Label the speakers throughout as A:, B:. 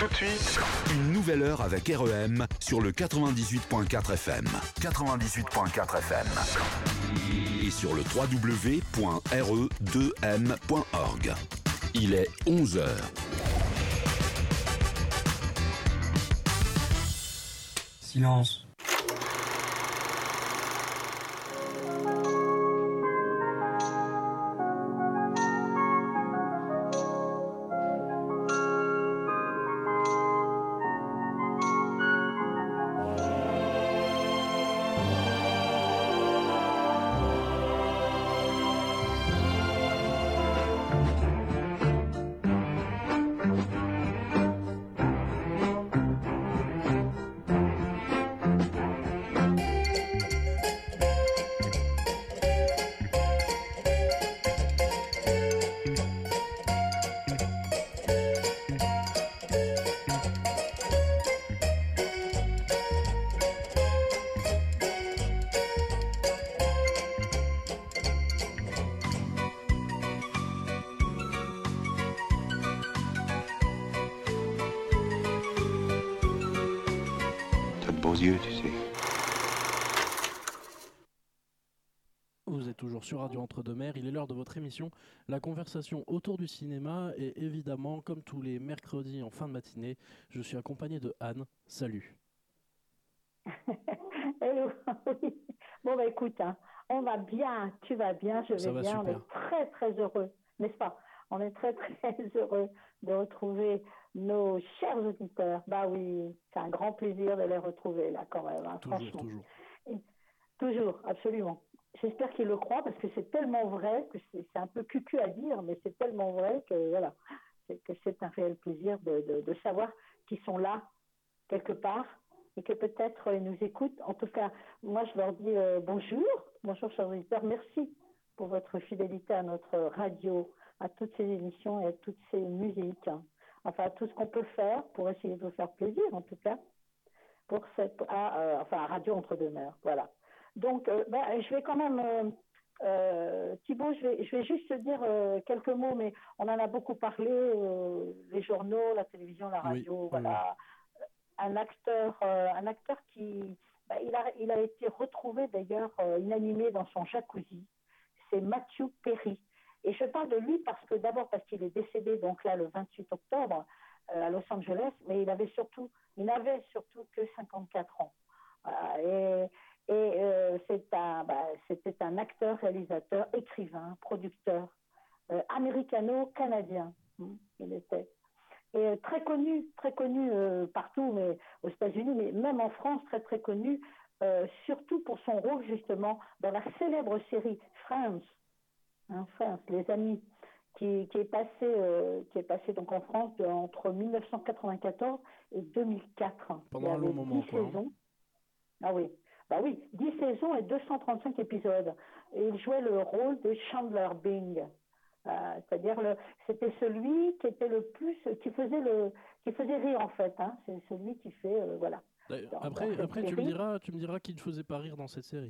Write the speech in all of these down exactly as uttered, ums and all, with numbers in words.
A: tout de suite
B: une nouvelle heure avec R E M sur le quatre-vingt-dix-huit virgule quatre F M. quatre-vingt-dix-huit virgule quatre F M. Et sur le w w w point r e deux m point org. Il est onze heures.
C: Silence.
D: Vous êtes toujours sur Radio Entre-deux-Mers, il est l'heure de votre émission, la conversation autour du cinéma, et évidemment, comme tous les mercredis en fin de matinée, je suis accompagné de Anne. Salut.
E: Hello. Bon bah écoute, hein, on va bien, tu vas bien, je vais bien,
D: super.
E: On est très très heureux, n'est-ce pas? On est très très heureux de retrouver nos chers auditeurs. Bah oui, c'est un grand plaisir de les retrouver là quand même, hein,
D: Toujours,
E: franchement.
D: toujours.
E: Et, toujours, absolument. J'espère qu'ils le croient parce que c'est tellement vrai que c'est, c'est un peu cucu à dire, mais c'est tellement vrai que voilà, c'est, que c'est un réel plaisir de, de, de savoir qu'ils sont là quelque part et que peut-être ils nous écoutent. En tout cas, moi je leur dis euh, bonjour, bonjour chers auditeurs, merci pour votre fidélité à notre radio, à toutes ces émissions et à toutes ces musiques, hein. Enfin à tout ce qu'on peut faire pour essayer de vous faire plaisir en tout cas, pour cette, à, euh, enfin à Radio Entre-deux-Mers, voilà. Donc, euh, ben, je vais quand même, euh, euh, Thibaut, je vais, je vais juste te dire euh, quelques mots, mais on en a beaucoup parlé, euh, les journaux, la télévision, la radio,
D: Oui,
E: voilà.
D: oui.
E: Un acteur, euh, un acteur qui, ben, il a, il a été retrouvé d'ailleurs euh, inanimé dans son jacuzzi. C'est Matthew Perry. Et je parle de lui parce que d'abord parce qu'il est décédé donc là le vingt-huit octobre euh, à Los Angeles, mais il avait surtout, il n'avait surtout que cinquante-quatre ans. Voilà. Et Et euh, c'est un, bah, c'était un acteur, réalisateur, écrivain, producteur, euh, américano-canadien. Hein, il était. Et euh, très connu, très connu euh, partout, mais aux États-Unis, mais même en France, très très connu, euh, surtout pour son rôle justement dans la célèbre série Friends, hein, Friends, les amis, qui, qui est passée, euh, qui est passée donc en France de, entre mille neuf cent quatre-vingt-quatorze et deux mille quatre.
D: Pendant un long moment, quoi.
E: Saisons. Ah oui. Bah oui, dix saisons et deux cent trente-cinq épisodes. Et il jouait le rôle de Chandler Bing. Euh, c'est-à-dire, le, c'était celui qui était le plus, qui faisait le, qui faisait rire en fait. Hein. C'est celui qui fait, euh, voilà. Dans,
D: après,
E: dans
D: après tu me diras, tu me diras qu'il ne faisait pas rire dans cette série.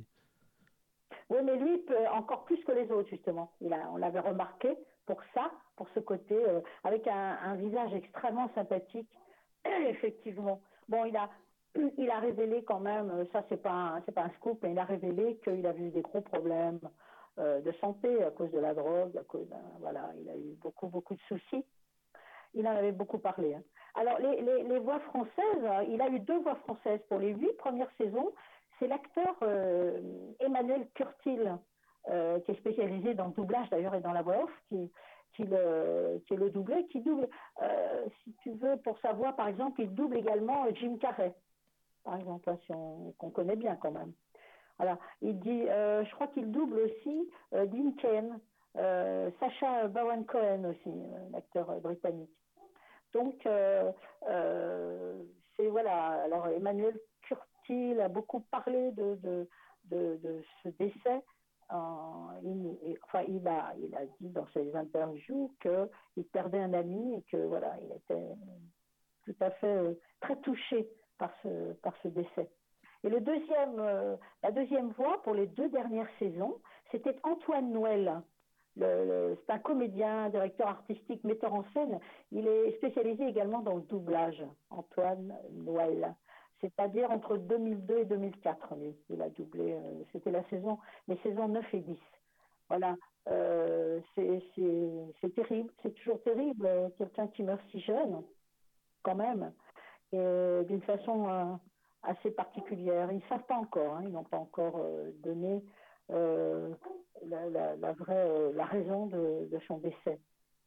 E: Oui, mais lui, encore plus que les autres justement. Il a, on l'avait remarqué pour ça, pour ce côté, euh, avec un, un visage extrêmement sympathique. Effectivement. Bon, il a. Il a révélé quand même, ça c'est pas c'est pas un scoop, mais il a révélé qu'il avait eu des gros problèmes euh, de santé à cause de la drogue, à cause d'un, voilà, il a eu beaucoup beaucoup de soucis. Il en avait beaucoup parlé. Hein. Alors les, les, les voix françaises, il a eu deux voix françaises pour les huit premières saisons. C'est l'acteur euh, Emmanuel Curtil euh, qui est spécialisé dans le doublage d'ailleurs et dans la voix off, qui qui le qui le doublé, qui double, euh, si tu veux, pour sa voix par exemple, il double également Jim Carrey. Par exemple, si on, qu'on connaît bien quand même. Voilà. Il dit, euh, je crois qu'il double aussi euh, Dean Cain, euh, Sacha Baron Cohen aussi, euh, l'acteur euh, britannique. Donc, euh, euh, c'est voilà. Alors, Emmanuel Curtil a beaucoup parlé de, de, de, de ce décès. Euh, il, enfin, il a, il a dit dans ses interviews qu'il perdait un ami et que voilà, il était tout à fait euh, très touché par ce, par ce décès. Et le deuxième, euh, la deuxième voix pour les deux dernières saisons, c'était Antoine Noël, le, le, c'est un comédien, directeur artistique, metteur en scène. Il est spécialisé également dans le doublage, Antoine Noël. C'est-à-dire entre deux mille deux et deux mille quatre, lui. Il a doublé, euh, c'était la saison, les saisons neuf et dix. Voilà, euh, c'est, c'est, c'est terrible, c'est toujours terrible, euh, quelqu'un qui meurt si jeune, quand même, et d'une façon euh, assez particulière. Ils ne savent pas encore, hein, ils n'ont pas encore euh, donné euh, la, la, la vraie euh, la raison de, de son décès.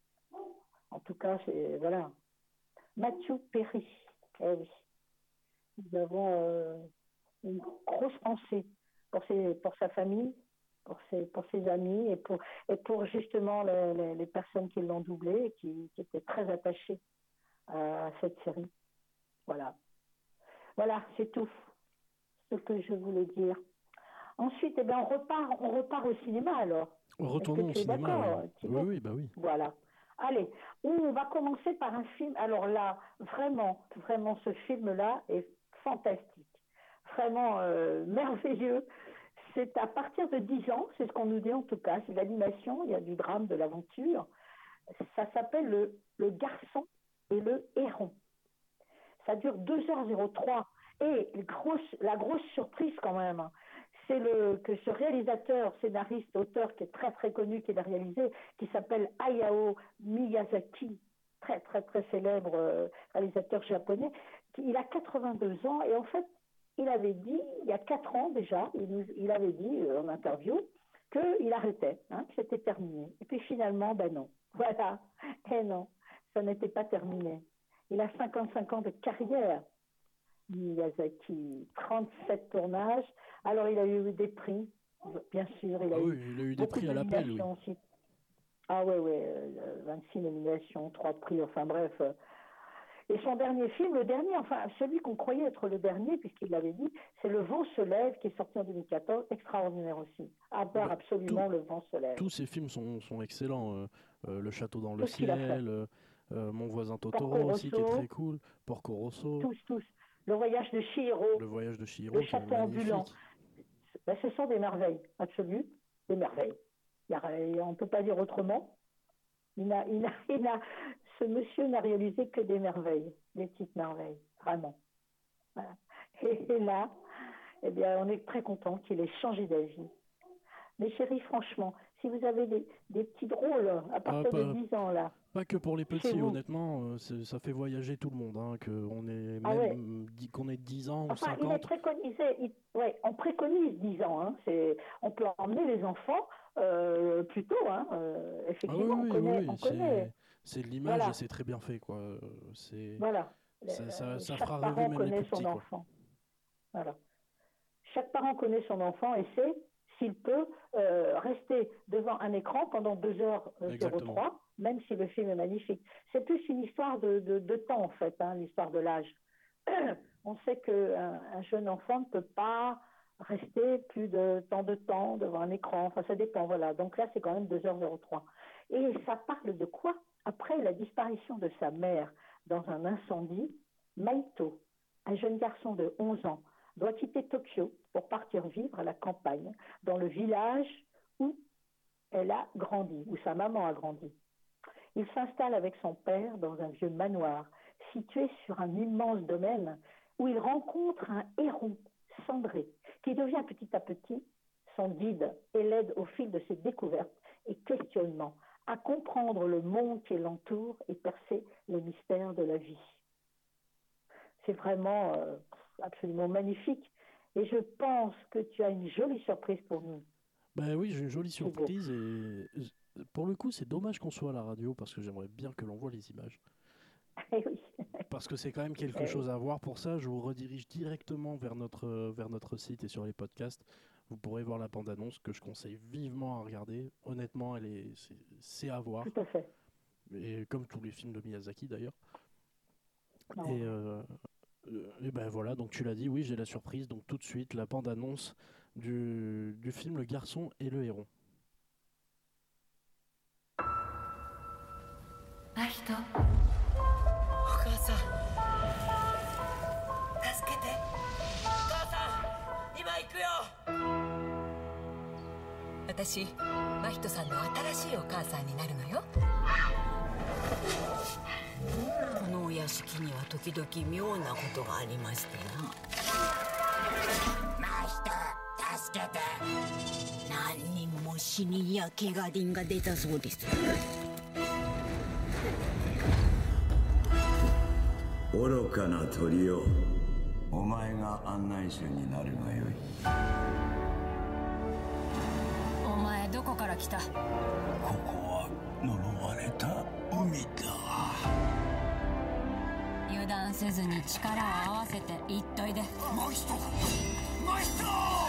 E: En tout cas, c'est voilà. Matthew Perry, eh oui. Nous avons euh, une grosse pensée pour, ses, pour sa famille, pour ses, pour ses amis et pour, et pour justement les, les, les personnes qui l'ont doublé et qui, qui étaient très attachées à cette série. Voilà. Voilà, c'est tout ce que je voulais dire. Ensuite, eh bien, on repart, on repart au cinéma alors.
D: Retournons au cinéma. Oui. oui, oui, bah oui.
E: Voilà. Allez, on va commencer par un film. Alors là, vraiment, vraiment, ce film-là est fantastique. Vraiment euh, merveilleux. C'est à partir de dix ans, c'est ce qu'on nous dit en tout cas. C'est de l'animation, il y a du drame, de l'aventure. Ça s'appelle le, le Garçon et le Héron. Ça dure deux heures trois. Et grosse, la grosse surprise quand même, c'est le, que ce réalisateur, scénariste, auteur qui est très très connu, qui l'a réalisé, qui s'appelle Hayao Miyazaki, très très très célèbre euh, réalisateur japonais, qui, il a quatre-vingt-deux ans et en fait, il avait dit, il y a quatre ans déjà, il, nous, il avait dit euh, en interview qu'il arrêtait, hein, que c'était terminé. Et puis finalement, ben non. Voilà. Et non, ça n'était pas terminé. Il a cinquante-cinq ans de carrière. Miyazaki, trente-sept tournages. Alors, il a eu des prix, bien sûr. Il a,
D: ah
E: eu,
D: oui, il a eu des prix à l'appel, oui.
E: Aussi. Ah oui, oui, euh, vingt-six nominations, trois prix, enfin bref. Et son dernier film, le dernier, enfin, celui qu'on croyait être le dernier, puisqu'il l'avait dit, c'est Le Vent se lève, qui est sorti en deux mille quatorze, extraordinaire aussi. À voir bah, absolument tout, Le Vent se lève.
D: Tous ces films sont, sont excellents. Euh, euh, Le Château dans le tout ciel, euh, euh, Mon voisin Totoro aussi, qui est très cool. Porco Rosso.
E: Tous, tous. Le voyage de Chihiro,
D: le voyage de Chihiro,
E: le château ambulant. Ben, ce sont des merveilles, absolues, des merveilles. Il y a, on ne peut pas dire autrement. Il n'a, il n'a, il n'a, ce monsieur n'a réalisé que des merveilles, des petites merveilles, vraiment. Voilà. Et, et là, eh bien, on est très content qu'il ait changé d'avis. Mais chérie, franchement, si vous avez des, des petits drôles à partir ah, pas, de dix ans, là.
D: Pas que pour les petits, honnêtement, euh, ça fait voyager tout le monde. Hein, qu'on ait,
E: ah
D: même,
E: ouais.
D: qu'on ait dix ans
E: enfin,
D: ou cinquante.
E: Il est préconisé, il, ouais, on préconise dix ans. Hein, c'est, on peut emmener les enfants euh, plus tôt. Hein, euh, effectivement,
D: ah oui,
E: on connaît.
D: Oui,
E: on
D: c'est,
E: connaît.
D: c'est de l'image
E: voilà.
D: et c'est très bien fait. Quoi. C'est,
E: voilà.
D: Ça, ça, ça
E: Chaque
D: fera
E: parent
D: rêver même
E: connaît
D: les plus petits,
E: son
D: quoi.
E: enfant. Voilà. Chaque parent connaît son enfant et sait s'il peut euh, rester devant un écran pendant deux heures zéro trois, même si le film est magnifique. C'est plus une histoire de, de, de temps, en fait, hein, l'histoire de l'âge. On sait qu'un un jeune enfant ne peut pas rester plus de tant de temps devant un écran. Enfin, ça dépend, voilà. Donc là, c'est quand même deux heures zéro trois. Et ça parle de quoi? Après la disparition de sa mère dans un incendie, Maito, un jeune garçon de onze ans, doit quitter Tokyo pour partir vivre à la campagne, dans le village où elle a grandi, où sa maman a grandi. Il s'installe avec son père dans un vieux manoir, situé sur un immense domaine, où il rencontre un héron cendré, qui devient petit à petit son guide et l'aide au fil de ses découvertes et questionnements, à comprendre le monde qui l'entoure et percer les mystères de la vie. C'est vraiment euh, absolument magnifique. Et je pense que tu as une jolie surprise pour nous.
D: Ben oui, j'ai une jolie surprise. Et pour le coup, c'est dommage qu'on soit à la radio parce que j'aimerais bien que l'on voit les images.
E: Eh oui.
D: Parce que c'est quand même quelque
E: eh
D: chose
E: oui.
D: à voir. Pour ça, je vous redirige directement vers notre, vers notre site et sur les podcasts. Vous pourrez voir la bande-annonce que je conseille vivement à regarder. Honnêtement, elle est, c'est, c'est à voir.
E: Tout à fait.
D: Et comme tous les films de Miyazaki d'ailleurs.
E: Non.
D: Et, euh, et ben voilà, donc tu l'as dit, oui, j'ai la surprise. Donc tout de suite, la bande-annonce du, du film Le Garçon et le Héron.
A: Mahito. お母さん助けてお母さん今行くよ私真人さんの新しいお母さんになるのよ。このお屋敷には時々妙なことがありましてな。真人助けて。何人も死人や怪我人が出たそうです。
F: 愚かな鳥よ、お前が案内者になるがよい。
A: お前どこから来た？
F: ここは呪われた海だ。
A: 油断せずに力を合わせて言っといで。
F: 真人真人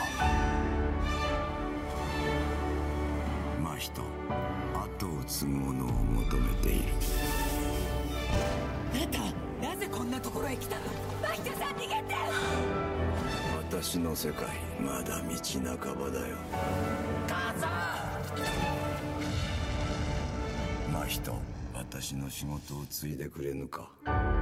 F: 真人、後を継ぐ者を求めている。
A: あんたなぜこんなところへ来たの？真人さん逃げて。
F: 私の世界まだ道半ばだよ。
A: 母さん。
F: 真人、私の仕事を継いでくれぬか。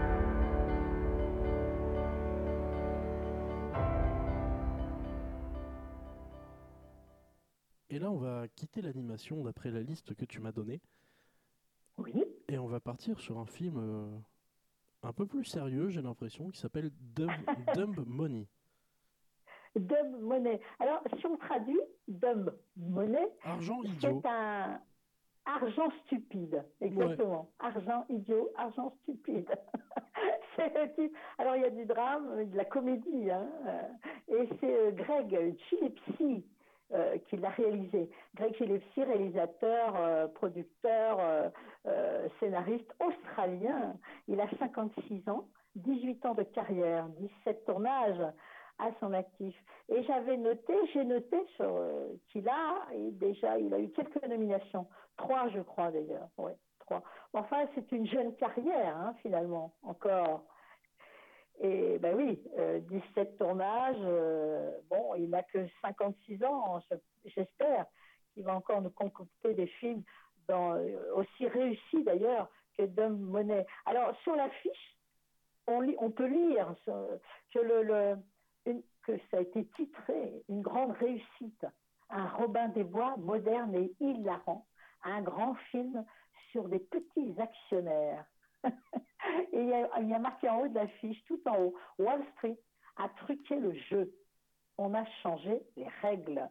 D: Et là, on va quitter l'animation d'après la liste que tu m'as donnée.
E: Oui.
D: Et on va partir sur un film euh, un peu plus sérieux, j'ai l'impression, qui s'appelle Dumb, Dumb Money.
E: Dumb Money. Alors, si on traduit Dumb Money,
D: Argent idiot.
E: c'est un argent stupide. Exactement. Ouais. Argent idiot, argent stupide. C'est le type. Alors, il y a du drame, de la comédie. Hein, et c'est Greg Gillespie Euh, qui l'a réalisé. Greg Gillespie, réalisateur, euh, producteur, euh, euh, scénariste australien. Il a cinquante-six ans, dix-huit ans de carrière, dix-sept tournages à son actif. Et j'avais noté, j'ai noté sur, euh, qu'il a, et déjà, il a eu quelques nominations. Trois, je crois, d'ailleurs. Ouais, trois. Enfin, c'est une jeune carrière, hein, finalement, encore. Et ben oui, euh, dix-sept tournages, euh, bon, il n'a que cinquante-six ans, j'espère qu'il va encore nous concocter des films dans, euh, aussi réussis d'ailleurs que Dumb Money. Alors, sur l'affiche, on, lit, on peut lire sur, que, le, le, une, que ça a été titré une grande réussite, un Robin des Bois moderne et hilarant, un grand film sur des petits actionnaires. Et il y, a, il y a marqué en haut de l'affiche, tout en haut, Wall Street a truqué le jeu. On a changé les règles.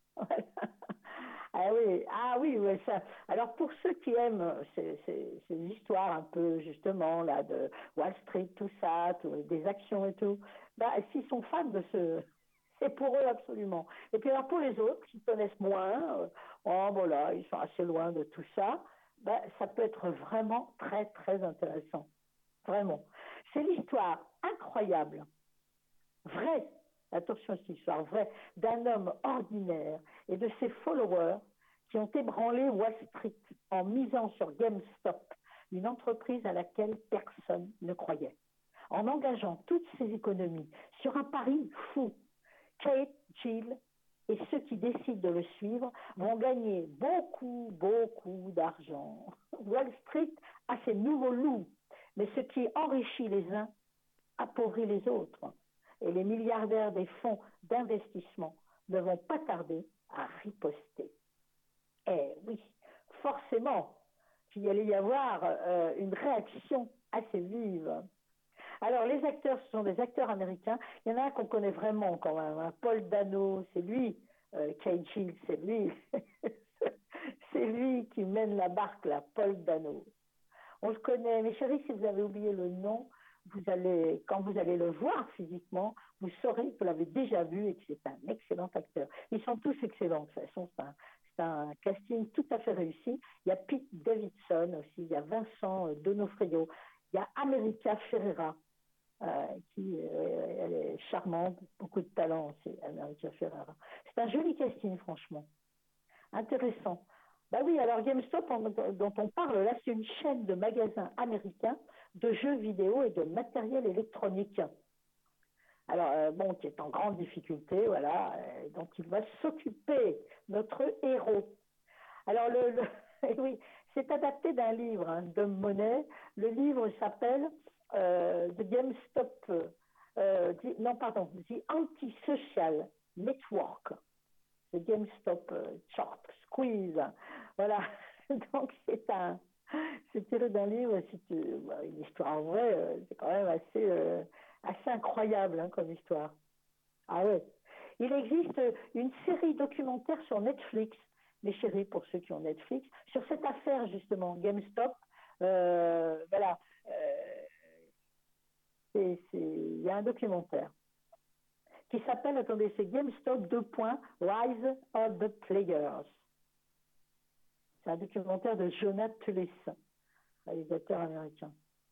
E: Ah oui, ah oui, ouais, ça. Alors pour ceux qui aiment ces, ces, ces histoires un peu justement là de Wall Street, tout ça, tout, des actions et tout, bah s'ils sont fans de ce, c'est pour eux absolument. Et puis alors pour les autres qui connaissent moins, euh, oh voilà, ils sont assez loin de tout ça. Ben, ça peut être vraiment très, très intéressant. Vraiment. C'est l'histoire incroyable, vraie, attention à cette histoire vraie, d'un homme ordinaire et de ses followers qui ont ébranlé Wall Street en misant sur GameStop, une entreprise à laquelle personne ne croyait. En engageant toutes ses économies sur un pari fou, Kate, Jill et ceux qui décident de le suivre vont gagner beaucoup, beaucoup d'argent. Wall Street a ses nouveaux loups, mais ce qui enrichit les uns appauvrit les autres. Et les milliardaires des fonds d'investissement ne vont pas tarder à riposter. Eh oui, forcément qu'il allait y avoir euh, une réaction assez vive. Alors, les acteurs, ce sont des acteurs américains. Il y en a un qu'on connaît vraiment quand même. Hein. Paul Dano, c'est lui. Euh, Kate Jill, c'est lui. C'est lui qui mène la barque, là, Paul Dano. On le connaît. Mes chéris, si vous avez oublié le nom, vous allez, quand vous allez le voir physiquement, vous saurez que vous l'avez déjà vu et que c'est un excellent acteur. Ils sont tous excellents, de toute façon. C'est un, c'est un casting tout à fait réussi. Il y a Pete Davidson aussi. Il y a Vincent Donofrio. Il y a America Ferrera. Euh, qui euh, elle est charmante, beaucoup de talent aussi, America Ferrera. C'est un joli casting, franchement. Intéressant. Bah oui, alors GameStop, on, dont on parle là, c'est une chaîne de magasins américains de jeux vidéo et de matériel électronique. Alors, euh, bon, qui est en grande difficulté, voilà, euh, donc il va s'occuper, notre héros. Alors, le, le oui, c'est adapté d'un livre, hein, de Monet. Le livre s'appelle Euh, The GameStop, euh, the, non pardon, The Anti-Social Network. The GameStop euh, Short Squeeze. Voilà. Donc c'est un, c'est tiré d'un livre, c'est euh, une histoire vraie. Euh, c'est quand même assez, euh, assez incroyable hein, comme histoire. Ah ouais. Il existe une série documentaire sur Netflix, les chéris pour ceux qui ont Netflix, sur cette affaire justement, GameStop. Euh, voilà. Euh, c'est, c'est, il y a un documentaire qui s'appelle, attendez, c'est GameStop deux points, Rise of the Players. C'est un documentaire de Jonathan Tullis, réalisateur américain.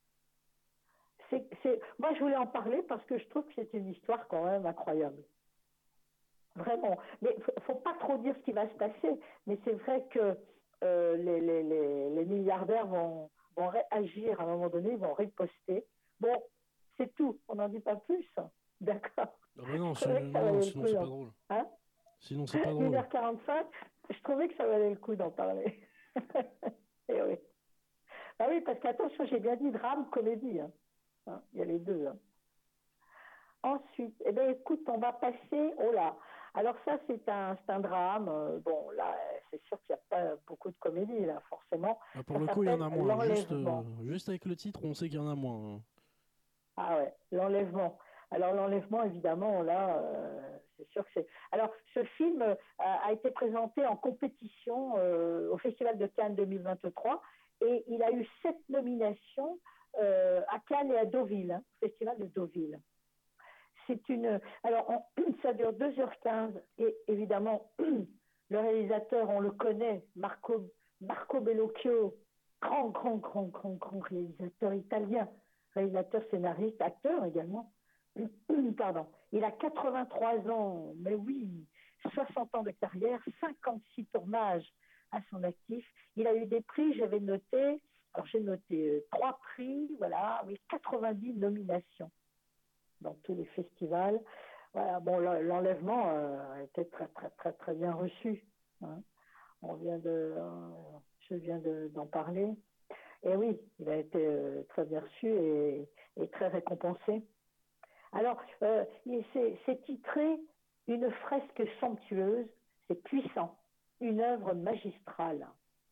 E: C'est, c'est, moi, je voulais en parler parce que je trouve que c'est une histoire quand même incroyable. Vraiment. Mais il ne faut pas trop dire ce qui va se passer. Mais c'est vrai que euh, les, les, les, les milliardaires vont, vont réagir à un moment donné, ils vont riposter. Bon, c'est tout. On n'en dit pas plus. D'accord.
D: Ah bah non, c'est, non, non sinon c'est pas drôle.
E: Hein
D: sinon c'est pas drôle.
E: une heure quarante-cinq, je trouvais que ça valait le coup d'en parler. Et oui. Ah oui, parce qu'attention, j'ai bien dit drame, comédie. Hein. Hein, il y a les deux. Hein. Ensuite, eh bien, écoute, on va passer. Oh là. Alors ça, c'est un, c'est un drame. Euh, bon, là, c'est sûr qu'il n'y a pas beaucoup de comédie, là, forcément.
D: Ah, pour
E: ça
D: le coup, il y en a moins. Juste, euh, juste avec le titre, on sait qu'il y en a moins. Hein.
E: Ah ouais, l'enlèvement. Alors l'enlèvement, évidemment, là, euh, c'est sûr que c'est... Alors, ce film euh, a été présenté en compétition euh, au Festival de Cannes deux mille vingt-trois et il a eu sept nominations euh, à Cannes et à Deauville, hein, au Festival de Deauville. C'est une... Alors, on... ça dure deux heures quinze et évidemment, le réalisateur, on le connaît, Marco, Marco Bellocchio, grand, grand, grand, grand, grand réalisateur italien, réalisateur, scénariste, acteur également. Pardon. Il a quatre-vingt-trois ans, mais oui, soixante ans de carrière, cinquante-six tournages à son actif. Il a eu des prix, j'avais noté, alors j'ai noté euh, trois prix, voilà, oui, quatre-vingt-dix nominations dans tous les festivals. Voilà, bon, l'enlèvement euh, a été très, très, très, très bien reçu. Hein. On vient de, euh, je viens de, d'en parler. Et oui, il a été euh, très bien reçu et, et très récompensé. Alors, euh, c'est, c'est titré « Une fresque somptueuse », c'est puissant, une œuvre magistrale.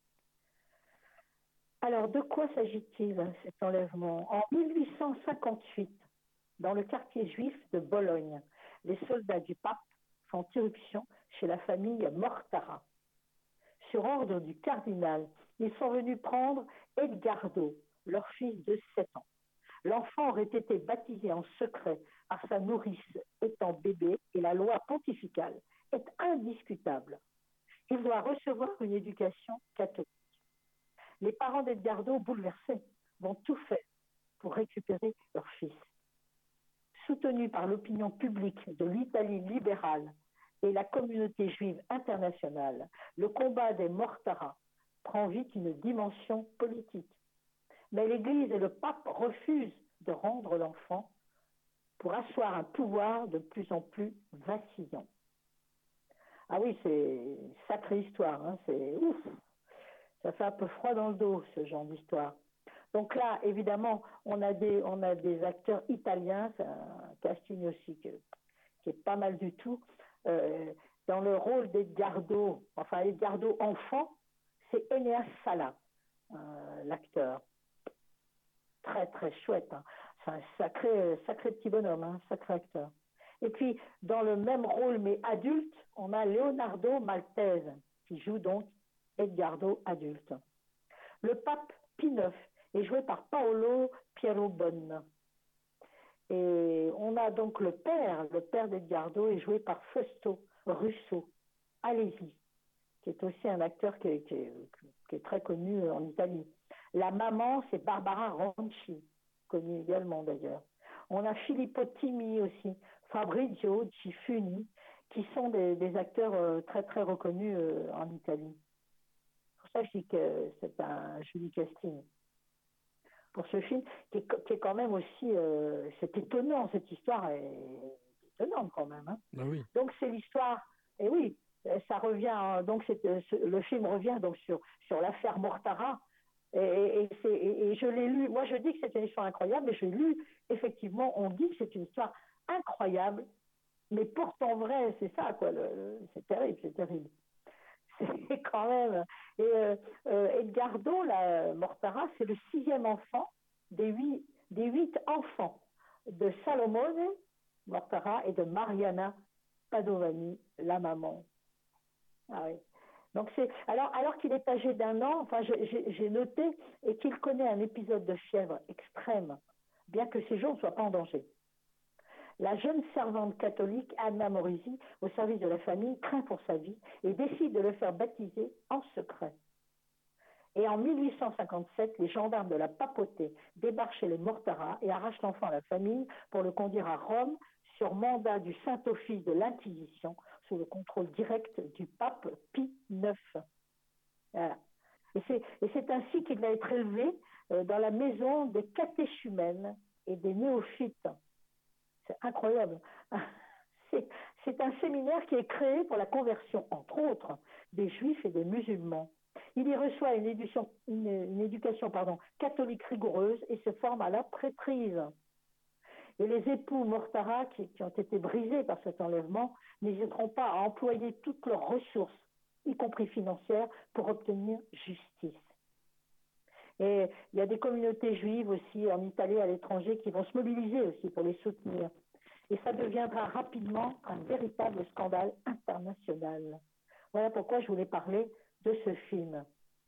E: Alors, de quoi s'agit-il, cet enlèvement ? En mille huit cent cinquante-huit, dans le quartier juif de Bologne, les soldats du pape font irruption chez la famille Mortara. Sur ordre du cardinal, ils sont venus prendre Edgardo, leur fils de sept ans. L'enfant aurait été baptisé en secret par sa nourrice étant bébé et la loi pontificale est indiscutable. Il doit recevoir une éducation catholique. Les parents d'Edgardo, bouleversés, vont tout faire pour récupérer leur fils. Soutenus par l'opinion publique de l'Italie libérale et la communauté juive internationale, le combat des Mortara prend vite une dimension politique. Mais l'Église et le pape refusent de rendre l'enfant pour asseoir un pouvoir de plus en plus vacillant. Ah oui, c'est une sacrée histoire, hein, c'est ouf. Ça fait un peu froid dans le dos, ce genre d'histoire. Donc là, évidemment, on a des, on a des acteurs italiens, c'est un casting aussi que, qui est pas mal du tout. Euh, dans le rôle d'Edgardo, enfin Edgardo enfant, c'est Enéas Sala, euh, l'acteur. Très très chouette, hein. C'est un sacré, sacré petit bonhomme, hein, sacré acteur. Et puis, dans le même rôle, mais adulte, on a Leonardo Maltese, qui joue donc Edgardo adulte. Le pape Pie neuf est joué par Paolo Pierrobon. Et on a donc le père, le père d'Edgardo est joué par Fausto Russo, Alesi, qui est aussi un acteur qui est, qui est, qui est très connu en Italie. La maman, c'est Barbara Ronchi, connue également d'ailleurs. On a Filippo Timi aussi, Fabrizio Cifuni, qui sont des, des acteurs euh, très très reconnus euh, en Italie. C'est pour ça que je dis que c'est un joli casting pour ce film, qui est, qui est quand même aussi, euh, c'est étonnant, cette histoire est étonnante quand même. Hein.
D: Ah oui.
E: Donc c'est l'histoire, et oui, ça revient, donc c'est, le film revient donc sur, sur l'affaire Mortara, et, et, c'est, et, et je l'ai lu, moi je dis que c'est une histoire incroyable, mais je l'ai lu, effectivement, on dit que c'est une histoire incroyable, mais pourtant vrai, c'est ça, quoi. Le, le, c'est terrible, c'est terrible. C'est quand même. Et euh, euh, Edgardo, la Mortara, c'est le sixième enfant des huit, des huit enfants de Salomone Mortara et de Mariana Padovani, la maman. Ah oui. Donc c'est alors alors qu'il est âgé d'un an, enfin j'ai, j'ai noté et qu'il connaît un épisode de fièvre extrême, bien que ses jours ne soient pas en danger. La jeune servante catholique Anna Morisi, au service de la famille, craint pour sa vie et décide de le faire baptiser en secret. Et en mille huit cent cinquante-sept, les gendarmes de la papauté débarquent chez les Mortara et arrachent l'enfant à la famille pour le conduire à Rome sur mandat du Saint-Office de l'Inquisition, sous le contrôle direct du pape Pie neuf. Voilà. Et c'est, et c'est ainsi qu'il va être élevé euh, dans la maison des catéchumènes et des néophytes. C'est incroyable. C'est, c'est un séminaire qui est créé pour la conversion, entre autres, des juifs et des musulmans. Il y reçoit une éducation, une, une éducation pardon, catholique rigoureuse et se forme à la prêtrise. Et les époux Mortara, qui, qui ont été brisés par cet enlèvement, n'hésiteront pas à employer toutes leurs ressources, y compris financières, pour obtenir justice. Et il y a des communautés juives aussi en Italie et à l'étranger qui vont se mobiliser aussi pour les soutenir. Et ça deviendra rapidement un véritable scandale international. Voilà pourquoi je voulais parler de ce film.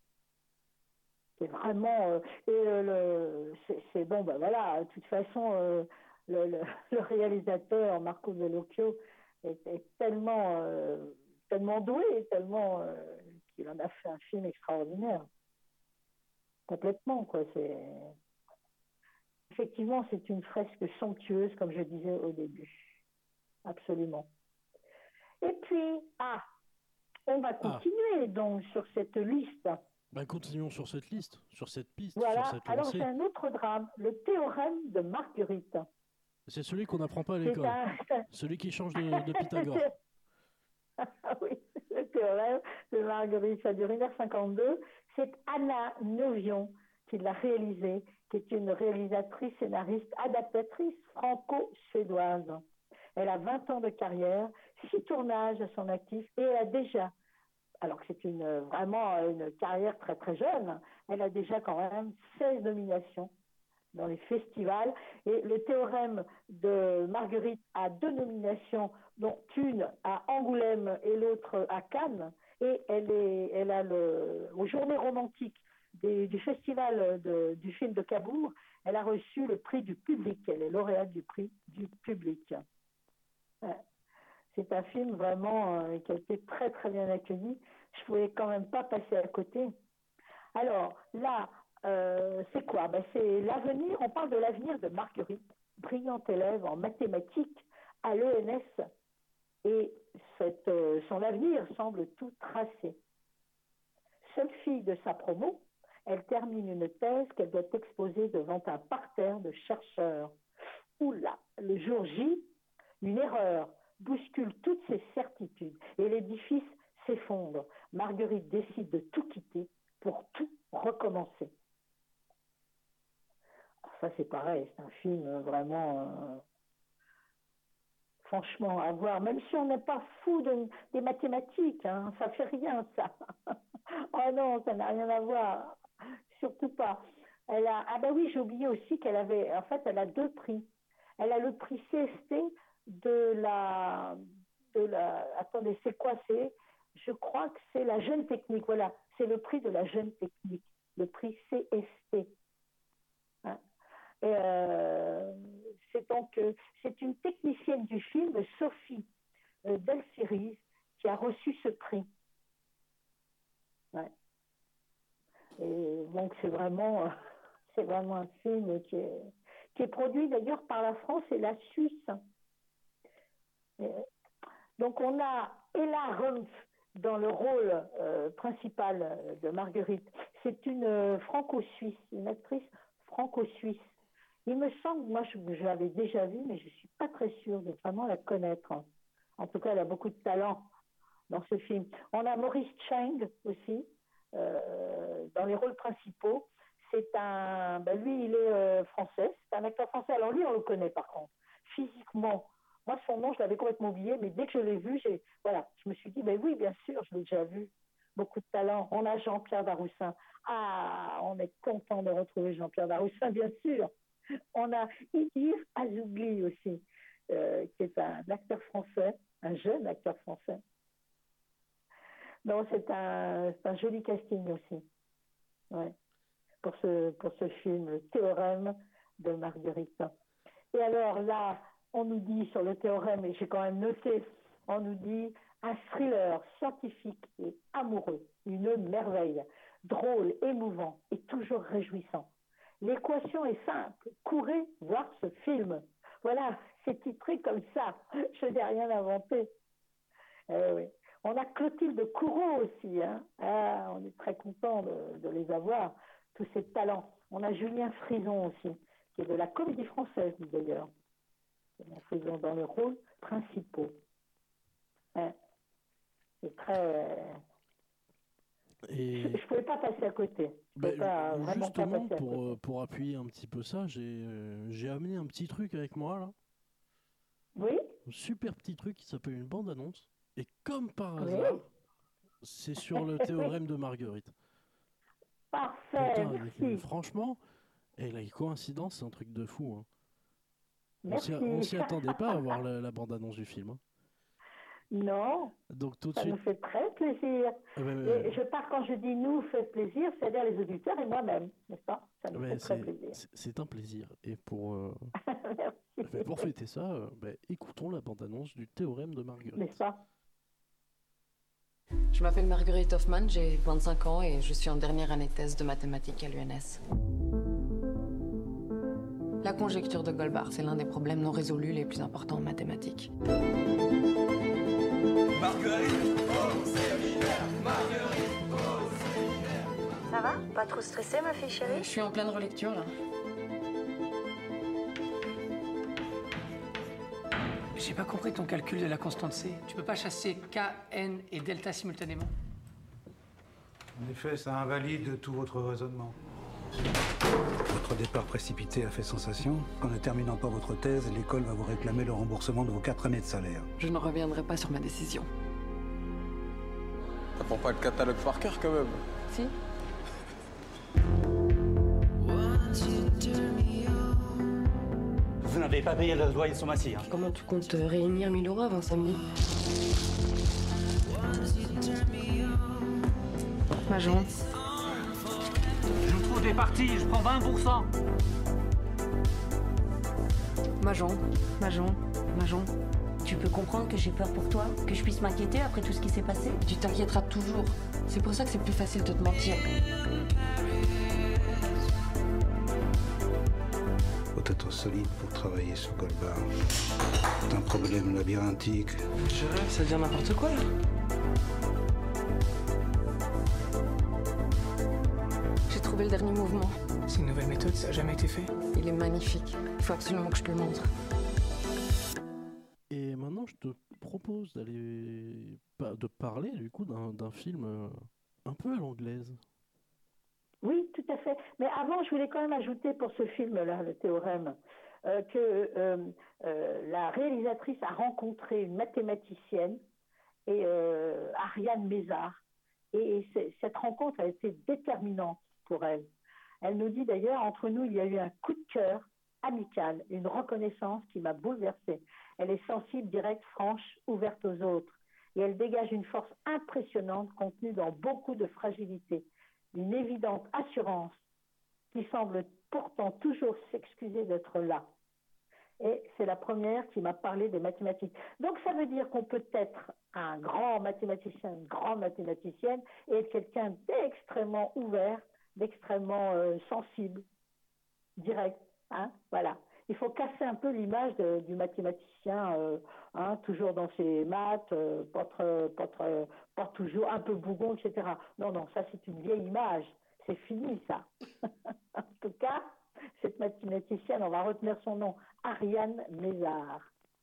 E: C'est vraiment... Euh, et euh, le, c'est, c'est bon, ben voilà, de toute façon, euh, le, le, le réalisateur Marco Bellocchio est, est tellement, euh, tellement doué, tellement euh, qu'il en a fait un film extraordinaire. Complètement, quoi. C'est... Effectivement, c'est une fresque somptueuse, comme je disais au début. Absolument. Et puis, ah, on va continuer ah. donc sur cette liste.
D: Ben, continuons sur cette liste, sur cette piste,
E: voilà.
D: sur cette
E: Alors,
D: lancée.
E: c'est un autre drame, le théorème de Marguerite.
D: C'est celui qu'on n'apprend pas à l'école. Un... Celui qui change de, de Pythagore.
E: Ah oui, le théorème de Marguerite, ça a duré une heure cinquante-deux. C'est Anna Novion qui l'a réalisé, qui est une réalisatrice, scénariste, adaptatrice franco-suédoise. Elle a vingt ans de carrière, six tournages à son actif et elle a déjà, alors que c'est une, vraiment une carrière très très jeune, elle a déjà quand même seize nominations dans les festivals. Et le théorème de Marguerite a deux nominations, dont une à Angoulême et l'autre à Cannes. Et elle, est, elle a le, aux Journées romantiques des, du festival de, du film de Cabourg, elle a reçu le prix du public. Elle est lauréate du prix du public. C'est un film vraiment euh, qui a été très très bien accueilli. Je ne pouvais quand même pas passer à côté. Alors là, euh, c'est quoi? Ben, c'est l'avenir, on parle de l'avenir de Marguerite, brillante élève en mathématiques à l'E N S. Et cette, euh, son avenir semble tout tracé. Seule fille de sa promo, elle termine une thèse qu'elle doit exposer devant un parterre de chercheurs. Oula, le jour J, une erreur bouscule toutes ses certitudes et l'édifice s'effondre. Marguerite décide de tout quitter pour tout recommencer. Alors ça c'est pareil, c'est un film vraiment... Euh, franchement, à voir, même si on n'est pas fou de, des mathématiques, hein, ça fait rien, ça. Oh non, ça n'a rien à voir, surtout pas. Elle a, ah ben oui, j'ai oublié aussi qu'elle avait, en fait, elle a deux prix. Elle a le prix C S T de la, de la, attendez, c'est quoi, c'est, je crois que c'est la jeune technique, voilà, c'est le prix de la jeune technique, le prix C S T. Hein. Et euh, c'est donc euh, c'est une technicienne du film, Sophie euh, Delceris, qui a reçu ce prix. Ouais. Et donc c'est vraiment euh, c'est vraiment un film qui est qui est produit d'ailleurs par la France et la Suisse. Et donc on a Ella Rumpf dans le rôle euh, principal de Marguerite. C'est une euh, franco-suisse, une actrice franco-suisse. Il me semble, moi je, je l'avais déjà vue, mais je ne suis pas très sûre de vraiment la connaître. En tout cas, elle a beaucoup de talent dans ce film. On a Maurice Chang aussi, euh, dans les rôles principaux. C'est un, ben lui il est euh, français, c'est un acteur français. Alors lui on le connaît par contre. Physiquement, Moi, son nom, je l'avais complètement oublié, mais dès que je l'ai vu, j'ai, voilà, je me suis dit, ben oui, bien sûr, je l'ai déjà vu. Beaucoup de talent. On a Jean-Pierre Daroussin. Ah, on est content de retrouver Jean-Pierre Daroussin, bien sûr. On a Idir Azougli aussi, euh, qui est un acteur français, un jeune acteur français. Non, c'est un, c'est un joli casting aussi. Ouais. Pour ce, pour ce film, le théorème de Marguerite. Et alors là, on nous dit sur le théorème, et j'ai quand même noté, on nous dit un thriller scientifique et amoureux, une merveille, drôle, émouvant et toujours réjouissant. L'équation est simple, courez voir ce film. Voilà, c'est titré comme ça, je n'ai rien inventé. Eh oui. On a Clotilde Courreau aussi, hein. Ah, on est très content de, de les avoir, tous ces talents. On a Julien Frison aussi, qui est de la Comédie Française d'ailleurs. Julien Frison dans les rôles principaux. Hein. C'est très...
D: Et...
E: Je ne pouvais pas passer à côté. Je
D: Ben,
E: pas, vraiment
D: justement,
E: pas
D: pour,
E: à
D: euh, pour appuyer un petit peu ça, j'ai euh, j'ai amené un petit truc avec moi là.
E: Oui.
D: Un super petit truc qui s'appelle une bande-annonce. Et comme par
E: Oui.
D: hasard, c'est sur le théorème de Marguerite.
E: Parfait,
D: Putain,
E: merci.
D: et franchement, et la coïncidence, c'est un truc de fou. Hein. On s'y
E: Merci.
D: on s'y attendait pas à voir la, la bande-annonce du film. Hein.
E: Non,
D: Donc tout de
E: ça
D: suite.
E: nous fait très plaisir.
D: Ah ben,
E: Et
D: euh,
E: je pars quand je dis nous fait plaisir, c'est-à-dire les auditeurs et moi-même, n'est-ce pas? Ça nous
D: ouais,
E: fait très
D: c'est
E: plaisir.
D: c'est- c'est un plaisir. Et pour, euh,
E: Merci.
D: ben, pour fêter ça, euh, ben, écoutons la bande-annonce du théorème de
E: N'est-ce
D: Marguerite.
E: pas?
G: Je m'appelle Marguerite Hoffman, j'ai vingt-cinq ans et je suis en dernière année de thèse de mathématiques à l'U N S. La conjecture de Goldbach, c'est l'un des problèmes non résolus les plus importants en mathématiques.
H: Marguerite au séminaire, Marguerite au séminaire.
I: Ça va? Pas trop stressée, ma fille chérie?
G: Je suis en pleine relecture là.
J: J'ai pas compris ton calcul de la constante C. Tu peux pas chasser K, N et delta simultanément?
C: En effet, ça invalide tout votre raisonnement. Votre départ précipité a fait sensation. Qu'en ne terminant pas votre thèse, l'école va vous réclamer le remboursement de vos quatre années de salaire.
G: Je ne reviendrai pas sur ma décision.
K: T'apprends pas le catalogue par cœur quand même?
G: Si?
L: Vous n'avez pas payé le loyer sur ma scie, hein.
G: Comment tu comptes réunir mille euros avant samedi? Majon.
L: Je vous trouve des parties, je prends vingt pour cent.
G: Majon. Majon. Majon.
I: Tu peux comprendre que j'ai peur pour toi, que je puisse m'inquiéter après tout ce qui s'est passé?
G: Tu t'inquiéteras toujours. C'est pour ça que c'est plus facile de te mentir.
C: Faut être solide pour travailler sur Goldbach. C'est un problème labyrinthique.
G: Je rêve, ça devient n'importe quoi là. J'ai trouvé le dernier mouvement.
J: C'est une nouvelle méthode, ça a jamais été fait.
G: Il est magnifique. Il faut absolument que je te le montre.
D: Et maintenant, je te propose d'aller pa- de parler du coup d'un d'un film euh, un peu à l'anglaise.
E: Oui, tout à fait. Mais avant, je voulais quand même ajouter pour ce film-là, le théorème, euh, que euh, euh, la réalisatrice a rencontré une mathématicienne, et euh, Ariane Mézard, et c'est- cette rencontre a été déterminante pour elle. Elle nous dit d'ailleurs, entre nous, il y a eu un coup de cœur amical, une reconnaissance qui m'a bouleversée. Elle est sensible, directe, franche, ouverte aux autres. Et elle dégage une force impressionnante contenue dans beaucoup de fragilité, une évidente assurance qui semble pourtant toujours s'excuser d'être là. Et c'est la première qui m'a parlé des mathématiques. Donc ça veut dire qu'on peut être un grand mathématicien, une grande mathématicienne, et être quelqu'un d'extrêmement ouvert, d'extrêmement euh, sensible, direct. Hein, voilà. Il faut casser un peu l'image de- du mathématicien, euh, hein, toujours dans ses maths, euh, pas, très- pas, très- pas toujours un peu bougon, et cetera. Non, non, ça c'est une vieille image. C'est fini ça. En tout cas, cette mathématicienne, on va retenir son nom, Ariane Mézard.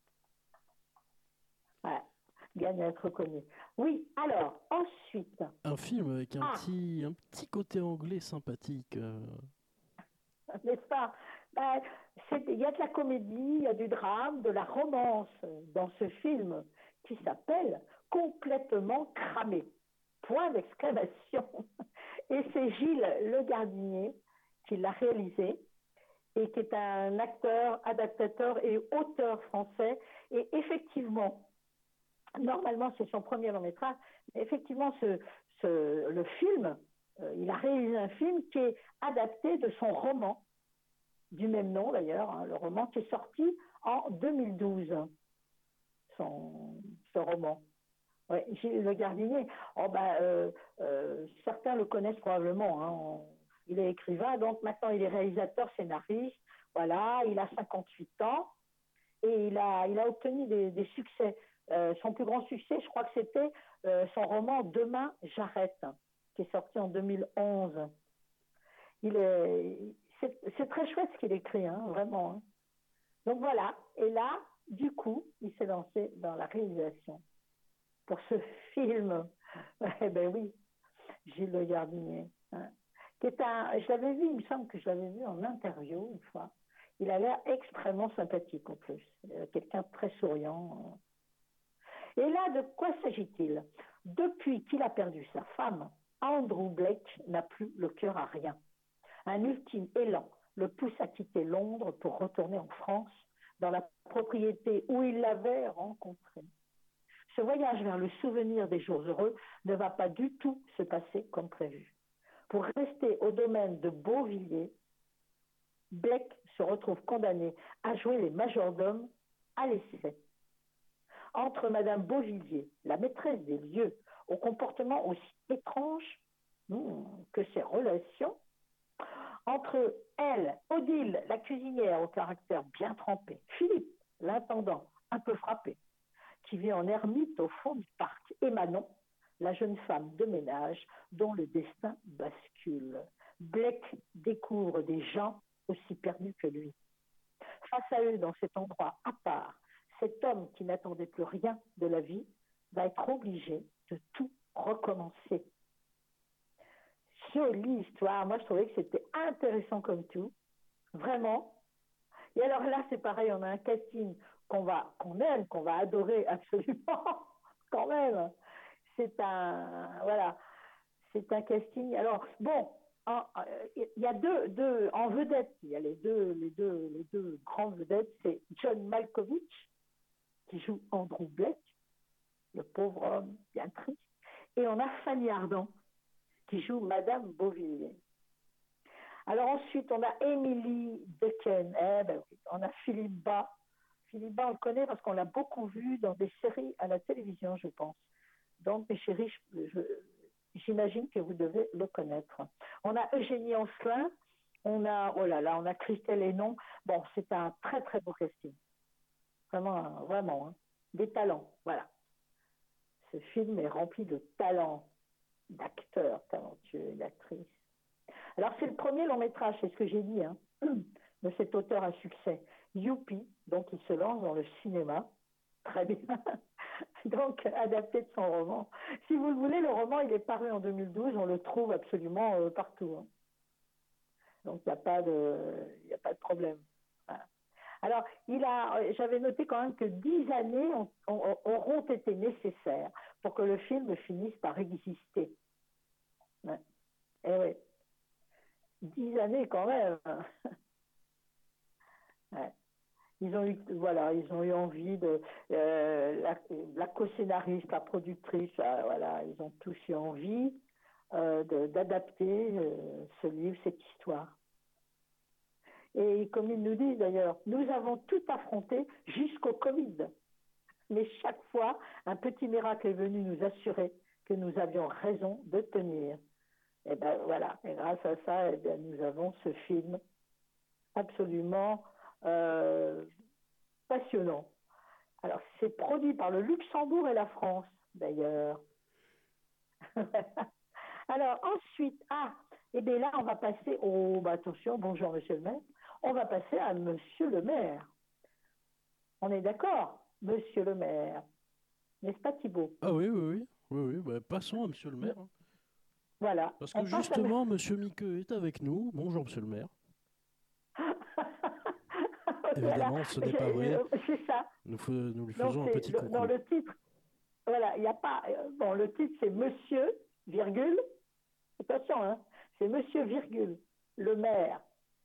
E: Ouais, gagne à être reconnue. Oui, alors, ensuite,
D: Un film avec un
E: Ah.
D: petit un petit côté anglais sympathique. euh.
E: n'est-ce pas? Ben, c'est, il y a de la comédie, il y a du drame, de la romance dans ce film qui s'appelle Complètement cramé. Point d'exclamation. Et c'est Gilles Le Gardinier qui l'a réalisé et qui est un acteur, adaptateur et auteur français. Et effectivement, normalement c'est son premier long métrage, mais effectivement ce, ce, le film, euh, il a réalisé un film qui est adapté de son roman, du même nom d'ailleurs, hein, le roman qui est sorti en deux mille douze, son, ce roman. Ouais, Gilles Le Gardinier, oh ben, euh, euh, certains le connaissent probablement, hein, on, il est écrivain, donc maintenant il est réalisateur, scénariste, voilà, il a cinquante-huit ans et il a, il a obtenu des, des succès. Euh, son plus grand succès, je crois que c'était euh, son roman Demain j'arrête, qui est sorti en deux mille onze. Il est, c'est, c'est très chouette ce qu'il écrit, hein, vraiment. Hein. Donc voilà, et là, du coup, il s'est lancé dans la réalisation pour ce film. Eh ben oui, Gilles Le Gardinier. Hein. Qui est un, je l'avais vu, il me semble que je l'avais vu en interview une fois. Il a l'air extrêmement sympathique en plus. Euh, quelqu'un de très souriant. Et là, de quoi s'agit-il? Depuis qu'il a perdu sa femme, Andrew Blake n'a plus le cœur à rien. Un ultime élan le pousse à quitter Londres pour retourner en France, dans la propriété où il l'avait rencontrée. Ce voyage vers le souvenir des jours heureux ne va pas du tout se passer comme prévu. Pour rester au domaine de Beauvilliers, Blake se retrouve condamné à jouer les majordomes à l'essai. Entre Madame Beauvilliers, la maîtresse des lieux, au comportement aussi étrange hmm, que ses relations, entre elle, Odile, la cuisinière au caractère bien trempé, Philippe, l'intendant, un peu frappé, qui vit en ermite au fond du parc, et Manon, la jeune femme de ménage dont le destin bascule. Blake découvre des gens aussi perdus que lui. Face à eux, dans cet endroit à part, cet homme qui n'attendait plus rien de la vie va être obligé de tout recommencer. Jolie histoire, moi je trouvais que c'était intéressant comme tout, vraiment. Et alors là, c'est pareil, on a un casting qu'on va, qu'on aime, qu'on va adorer absolument, quand même. C'est un, voilà, c'est un casting. Alors bon, il y a deux, deux en vedette, il y a les deux, les deux, les deux grandes vedettes, c'est John Malkovich qui joue Andrew Blake, le pauvre homme bien triste, et on a Fanny Ardant qui joue Madame Beauvilliers. Alors ensuite, on a Emily Dequesne, eh ben oui, on a Philippe Bas. Philippe Bas, on le connaît parce qu'on l'a beaucoup vu dans des séries à la télévision, je pense. Donc, mes chéris, je, je, j'imagine que vous devez le connaître. On a Eugénie Ancelin, on a, oh là là, on a Christelle Hénon. Bon, c'est un très très beau casting. Vraiment, vraiment, hein. Des talents, voilà. Ce film est rempli de talents, d'acteurs talentueux et d'actrices. Alors, c'est le premier long métrage, c'est ce que j'ai dit, hein, de cet auteur à succès. Youpi, donc il se lance dans le cinéma. Très bien. Donc, adapté de son roman. Si vous le voulez, le roman, il est paru en deux mille douze, on le trouve absolument euh, partout. Hein. Donc, il n'y a pas de, il n'y a pas de problème. Voilà. Alors, il a, j'avais noté quand même que dix années ont, ont, auront été nécessaires pour que le film finisse par exister. Ouais. Eh oui. Dix années quand même. Ouais. Ils ont eu, voilà, ils ont eu envie de euh, la, la co-scénariste, la productrice, euh, voilà, ils ont tous eu envie euh, de, d'adapter euh, ce livre, cette histoire. Et comme ils nous disent d'ailleurs, nous avons tout affronté jusqu'au Covid. Mais chaque fois, un petit miracle est venu nous assurer que nous avions raison de tenir. Et ben voilà, et grâce à ça, eh bien, nous avons ce film absolument euh, passionnant. Alors, c'est produit par le Luxembourg et la France, d'ailleurs. Alors, ensuite, ah, et bien là, on va passer au... Bah, attention, bonjour, monsieur le maire. On va passer à monsieur le maire. On est d'accord, monsieur le maire. N'est-ce pas, Thibault?
D: Ah oui, oui, oui. oui, oui. Bah, passons à monsieur le maire. Hein.
E: Voilà.
D: Parce que justement, à... monsieur Miqueux est avec nous. Bonjour, monsieur le maire. Évidemment,
E: voilà.
D: ce n'est pas vrai.
E: Euh, C'est ça.
D: Nous, fe- nous lui
E: Non,
D: faisons un
E: c'est
D: petit
E: le-
D: coucou.
E: dans le titre, voilà, il n'y a pas. euh, Bon, le titre c'est Monsieur, virgule. Attention, hein, c'est Monsieur, virgule, le maire.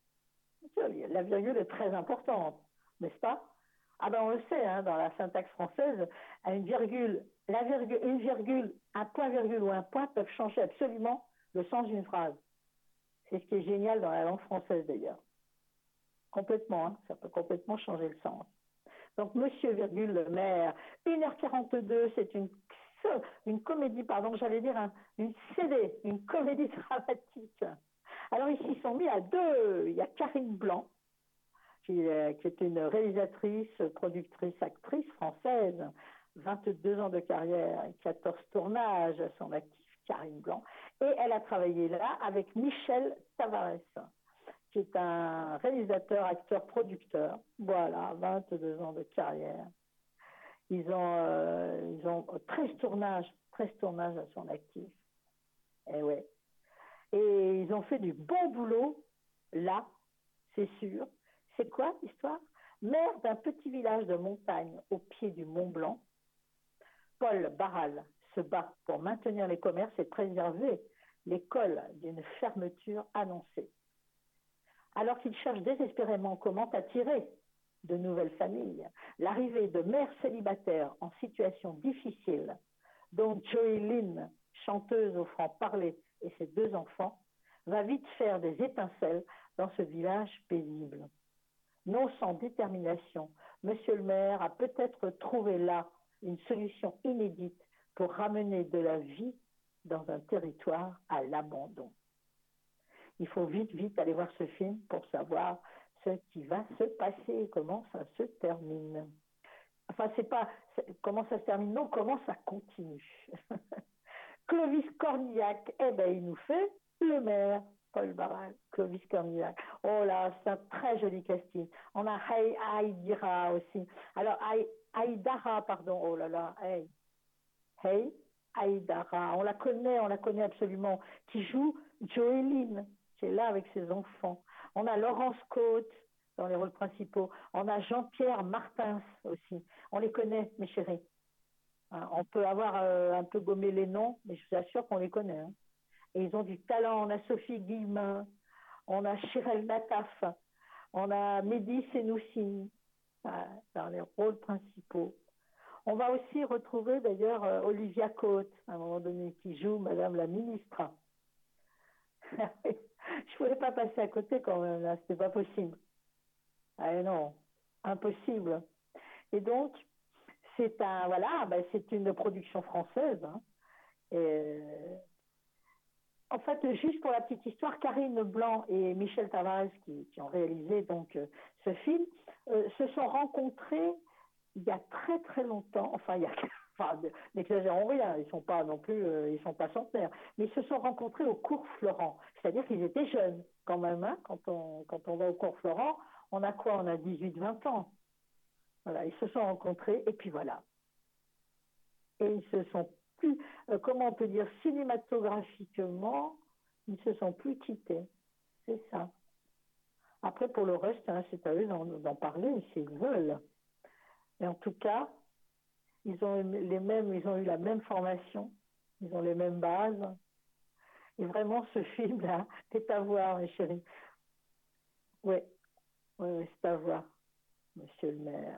E: La virgule est très importante, n'est-ce pas? Ah ben on le sait, hein, dans la syntaxe française, une virgule, la virgule, une virgule, un point virgule ou un point peuvent changer absolument le sens d'une phrase. C'est ce qui est génial dans la langue française d'ailleurs. Complètement, hein, ça peut complètement changer le sens. Donc Monsieur, virgule, le maire, une heure quarante-deux, c'est une, une comédie, pardon, j'allais dire un, une C D, une comédie dramatique. Alors ils s'y sont mis à deux. Il y a Karine Blanc, qui, est- qui est une réalisatrice, productrice, actrice française, vingt-deux ans de carrière, quatorze tournages à son actif, Karine Blanc. Et elle a travaillé là avec Michel Tavares, qui est un réalisateur, acteur, producteur. Voilà, vingt-deux ans de carrière. Ils ont, euh, ils ont treize tournages, treize tournages à son actif. Et ouais. Et ils ont fait du bon boulot, là, c'est sûr. C'est quoi l'histoire? Maire d'un petit village de montagne au pied du Mont Blanc, Paul Barral se bat pour maintenir les commerces et préserver l'école d'une fermeture annoncée. Alors qu'il cherche désespérément comment attirer de nouvelles familles, l'arrivée de mères célibataires en situation difficile, dont Joey Lynn, chanteuse au franc-parler, et ses deux enfants, va vite faire des étincelles dans ce village paisible. Non sans détermination, Monsieur le maire a peut-être trouvé là une solution inédite pour ramener de la vie dans un territoire à l'abandon. Il faut vite, vite aller voir ce film pour savoir ce qui va se passer, comment ça se termine. Enfin, c'est pas c'est, comment ça se termine, non, comment ça continue. Clovis Cornillac, eh ben, il nous fait le maire, Paul Barral, Clovis Cornillac. Oh là, c'est un très joli casting. On a Hey Aïdira aussi. Alors, Aïdara, pardon, oh là là, hey. Hey Aïdara, on la connaît, on la connaît absolument, qui joue Joéline, qui est là avec ses enfants. On a Laurence Côte dans les rôles principaux. On a Jean-Pierre Martins aussi. On les connaît, mes chéris. On peut avoir euh, un peu gommé les noms, mais je vous assure qu'on les connaît. Hein. Et ils ont du talent. On a Sophie Guillemin, on a Chirel Nataf, on a Mehdi Senoussi euh, dans les rôles principaux. On va aussi retrouver d'ailleurs euh, Olivia Côte, à un moment donné, qui joue Madame la ministre. Je ne pouvais pas passer à côté quand même, là, c'était pas possible. Ah non, impossible. Et donc, c'est un voilà, ben c'est une production française. Hein. Et, en fait, juste pour la petite histoire, Karine Blanc et Michel Tavares, qui, qui ont réalisé donc euh, ce film, euh, se sont rencontrés il y a très très longtemps. Enfin, il y a, enfin, n'exagérons rien, ils sont pas non plus, euh, ils sont pas centenaires, mais ils se sont rencontrés au cours Florent. C'est-à-dire qu'ils étaient jeunes quand même. Hein, quand on quand on va au cours Florent, on a quoi? On a dix-huit vingt ans. Voilà, ils se sont rencontrés et puis voilà. Et ils se sont plus, euh, comment on peut dire, cinématographiquement, ils se sont plus quittés. C'est ça. Après, pour le reste, hein, c'est à eux d'en, d'en parler s'ils veulent. Et en tout cas, ils ont les mêmes, ils ont eu la même formation, ils ont les mêmes bases. Et vraiment, ce film-là est à voir, mes chéris. Oui, oui, oui, c'est à voir, monsieur le maire.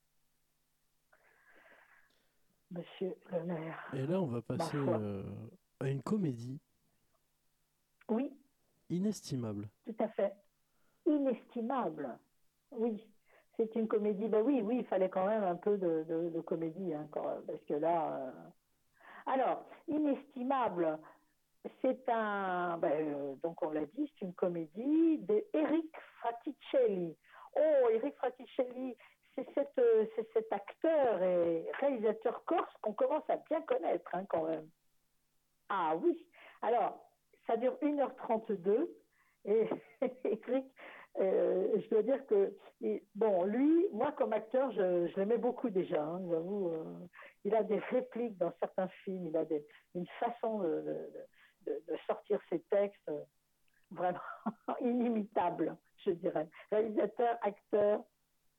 E: Monsieur le maire.
D: Et là, on va passer euh, à une comédie.
E: Oui.
D: Inestimable.
E: Tout à fait. Inestimable. Oui. C'est une comédie. Ben oui, oui, il fallait quand même un peu de, de, de comédie, hein, quand, parce que là. Euh... Alors, Inestimable, c'est un. Ben, euh, donc, on l'a dit, c'est une comédie d'Eric Fraticelli. Oh, Eric Fraticelli, c'est, cette, c'est cet acteur et réalisateur corse qu'on commence à bien connaître, hein, quand même. Ah oui. Alors, ça dure une heure trente-deux et Eric, euh, je dois dire que, et, bon, lui, moi comme acteur, je, je l'aimais beaucoup déjà, hein, j'avoue. Euh, il a des répliques dans certains films, il a des, une façon de, de, de, de sortir ses textes euh, vraiment inimitable, je dirais. Réalisateur, acteur,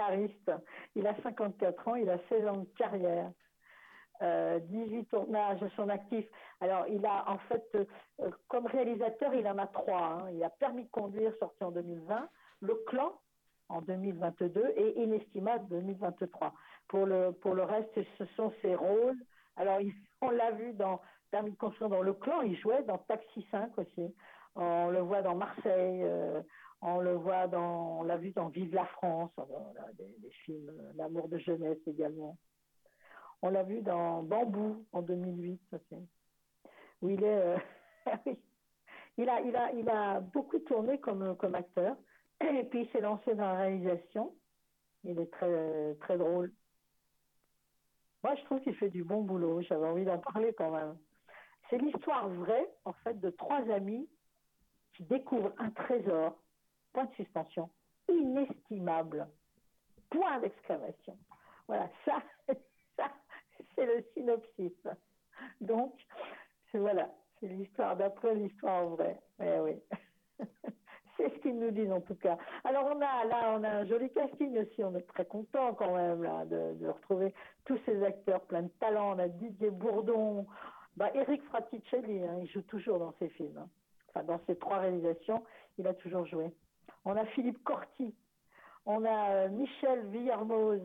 E: scénariste. Il a cinquante-quatre ans, il a seize ans de carrière. Euh, dix-huit tournages à son actif. Alors, il a en fait, euh, comme réalisateur, il en a trois. Hein. Il a Permis de conduire, sorti en deux mille vingt, Le Clan, en deux mille vingt-deux, et Inestimable, deux mille vingt-trois. Pour le, pour le reste, ce sont ses rôles. Alors, il, on l'a vu dans Permis de construire dans Le Clan, il jouait dans Taxi cinq aussi. On le voit dans Marseille, euh, on le voit dans, on l'a vu dans Vive la France, voilà, des, des films, euh, L'amour de jeunesse également. On l'a vu dans Bambou en deux mille huit aussi, où il est, euh, il a, il a, il a beaucoup tourné comme, comme acteur, et puis il s'est lancé dans la réalisation. Il est très, très drôle. Moi, je trouve qu'il fait du bon boulot. J'avais envie d'en parler quand même. C'est l'histoire vraie, en fait, de trois amis qui découvrent un trésor, point de suspension, inestimable, point d'exclamation. Voilà, ça, ça c'est le synopsis. Donc, c'est, voilà, c'est l'histoire d'après l'histoire vraie. Eh oui. C'est ce qu'ils nous disent en tout cas. Alors on a là, on a un joli casting aussi. On est très content quand même là de, de retrouver tous ces acteurs plein de talent. On a Didier Bourdon, bah, Eric Fraticelli, hein, il joue toujours dans ses films. Hein. Enfin, dans ses trois réalisations, il a toujours joué. On a Philippe Corti, on a euh, Michel Villermoz.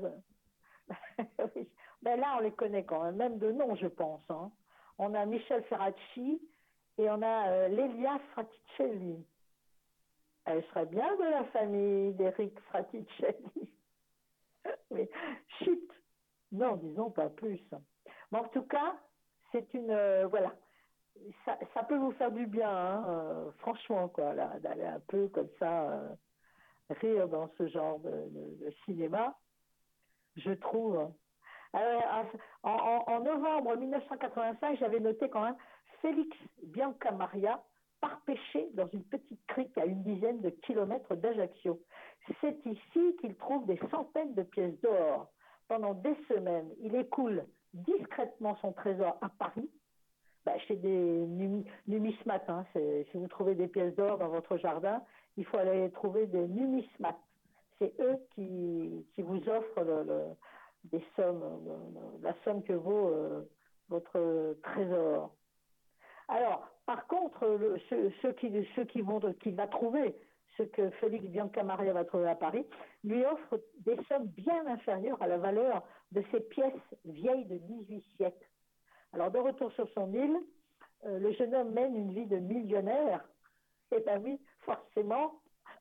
E: Oui. Ben là, on les connaît quand même, même de nom, je pense. Hein. On a Michel Ferracci et on a euh, Lélia Fraticelli. Elle serait bien de la famille d'Eric Fraticelli. Mais chut, non, disons pas plus. Mais en tout cas, c'est une... Euh, voilà, ça, ça peut vous faire du bien, hein, euh, franchement, quoi, là, d'aller un peu comme ça, euh, rire dans ce genre de, de, de cinéma, je trouve. Alors, en, en, en novembre mille neuf cent quatre-vingt-cinq, j'avais noté quand même Félix Biancamaria, par pêcher dans une petite crique à une dizaine de kilomètres d'Ajaccio. C'est ici qu'il trouve des centaines de pièces d'or. Pendant des semaines, il écoule discrètement son trésor à Paris, bah, chez des num- numismates. Hein. C'est, si vous trouvez des pièces d'or dans votre jardin, il faut aller trouver des numismates. C'est eux qui, qui vous offrent le, le, des sommes, le, la somme que vaut euh, votre trésor. Alors, par contre, le, ceux, ceux, qui, ceux qui vont, qu'il va trouver, ce que Félix Biancamaria va trouver à Paris, lui offrent des sommes bien inférieures à la valeur de ces pièces vieilles de dix-huit siècles. Alors, de retour sur son île, euh, le jeune homme mène une vie de millionnaire. Et bien oui, forcément.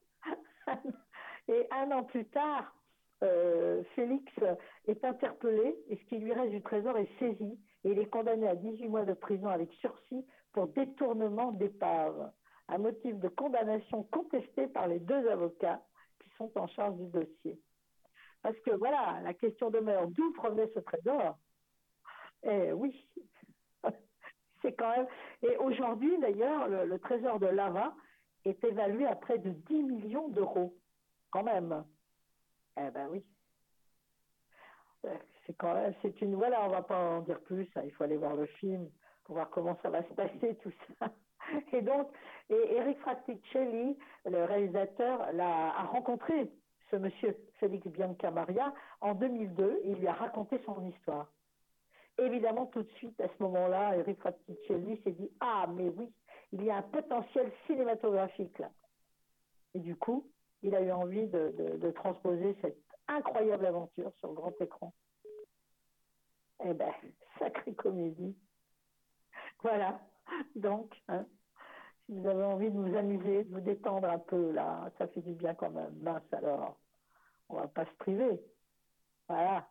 E: Et un an plus tard, euh, Félix est interpellé et ce qui lui reste du trésor est saisi. Et il est condamné à dix-huit mois de prison avec sursis pour détournement d'épave, un motif de condamnation contesté par les deux avocats qui sont en charge du dossier. Parce que voilà, la question demeure, d'où provenait ce trésor? Eh oui, c'est quand même... Et aujourd'hui, d'ailleurs, le, le trésor de Lava est évalué à près de dix millions d'euros, quand même. Eh ben oui. C'est quand même, c'est une, voilà, on va pas en dire plus, hein, il faut aller voir le film pour voir comment ça va se passer, tout ça. Et donc, et Eric Fraticelli, le réalisateur, l'a, a rencontré ce monsieur Félix Biancamaria en deux mille deux, et il lui a raconté son histoire. Évidemment, tout de suite, à ce moment-là, Eric Fraticelli s'est dit, ah, mais oui, il y a un potentiel cinématographique là. Et du coup, il a eu envie de, de, de transposer cette incroyable aventure sur le grand écran. Eh ben, sacrée comédie. Voilà. Donc, hein, si vous avez envie de vous amuser, de vous détendre un peu, là, ça fait du bien quand même. Mince alors, on va pas se priver. Voilà.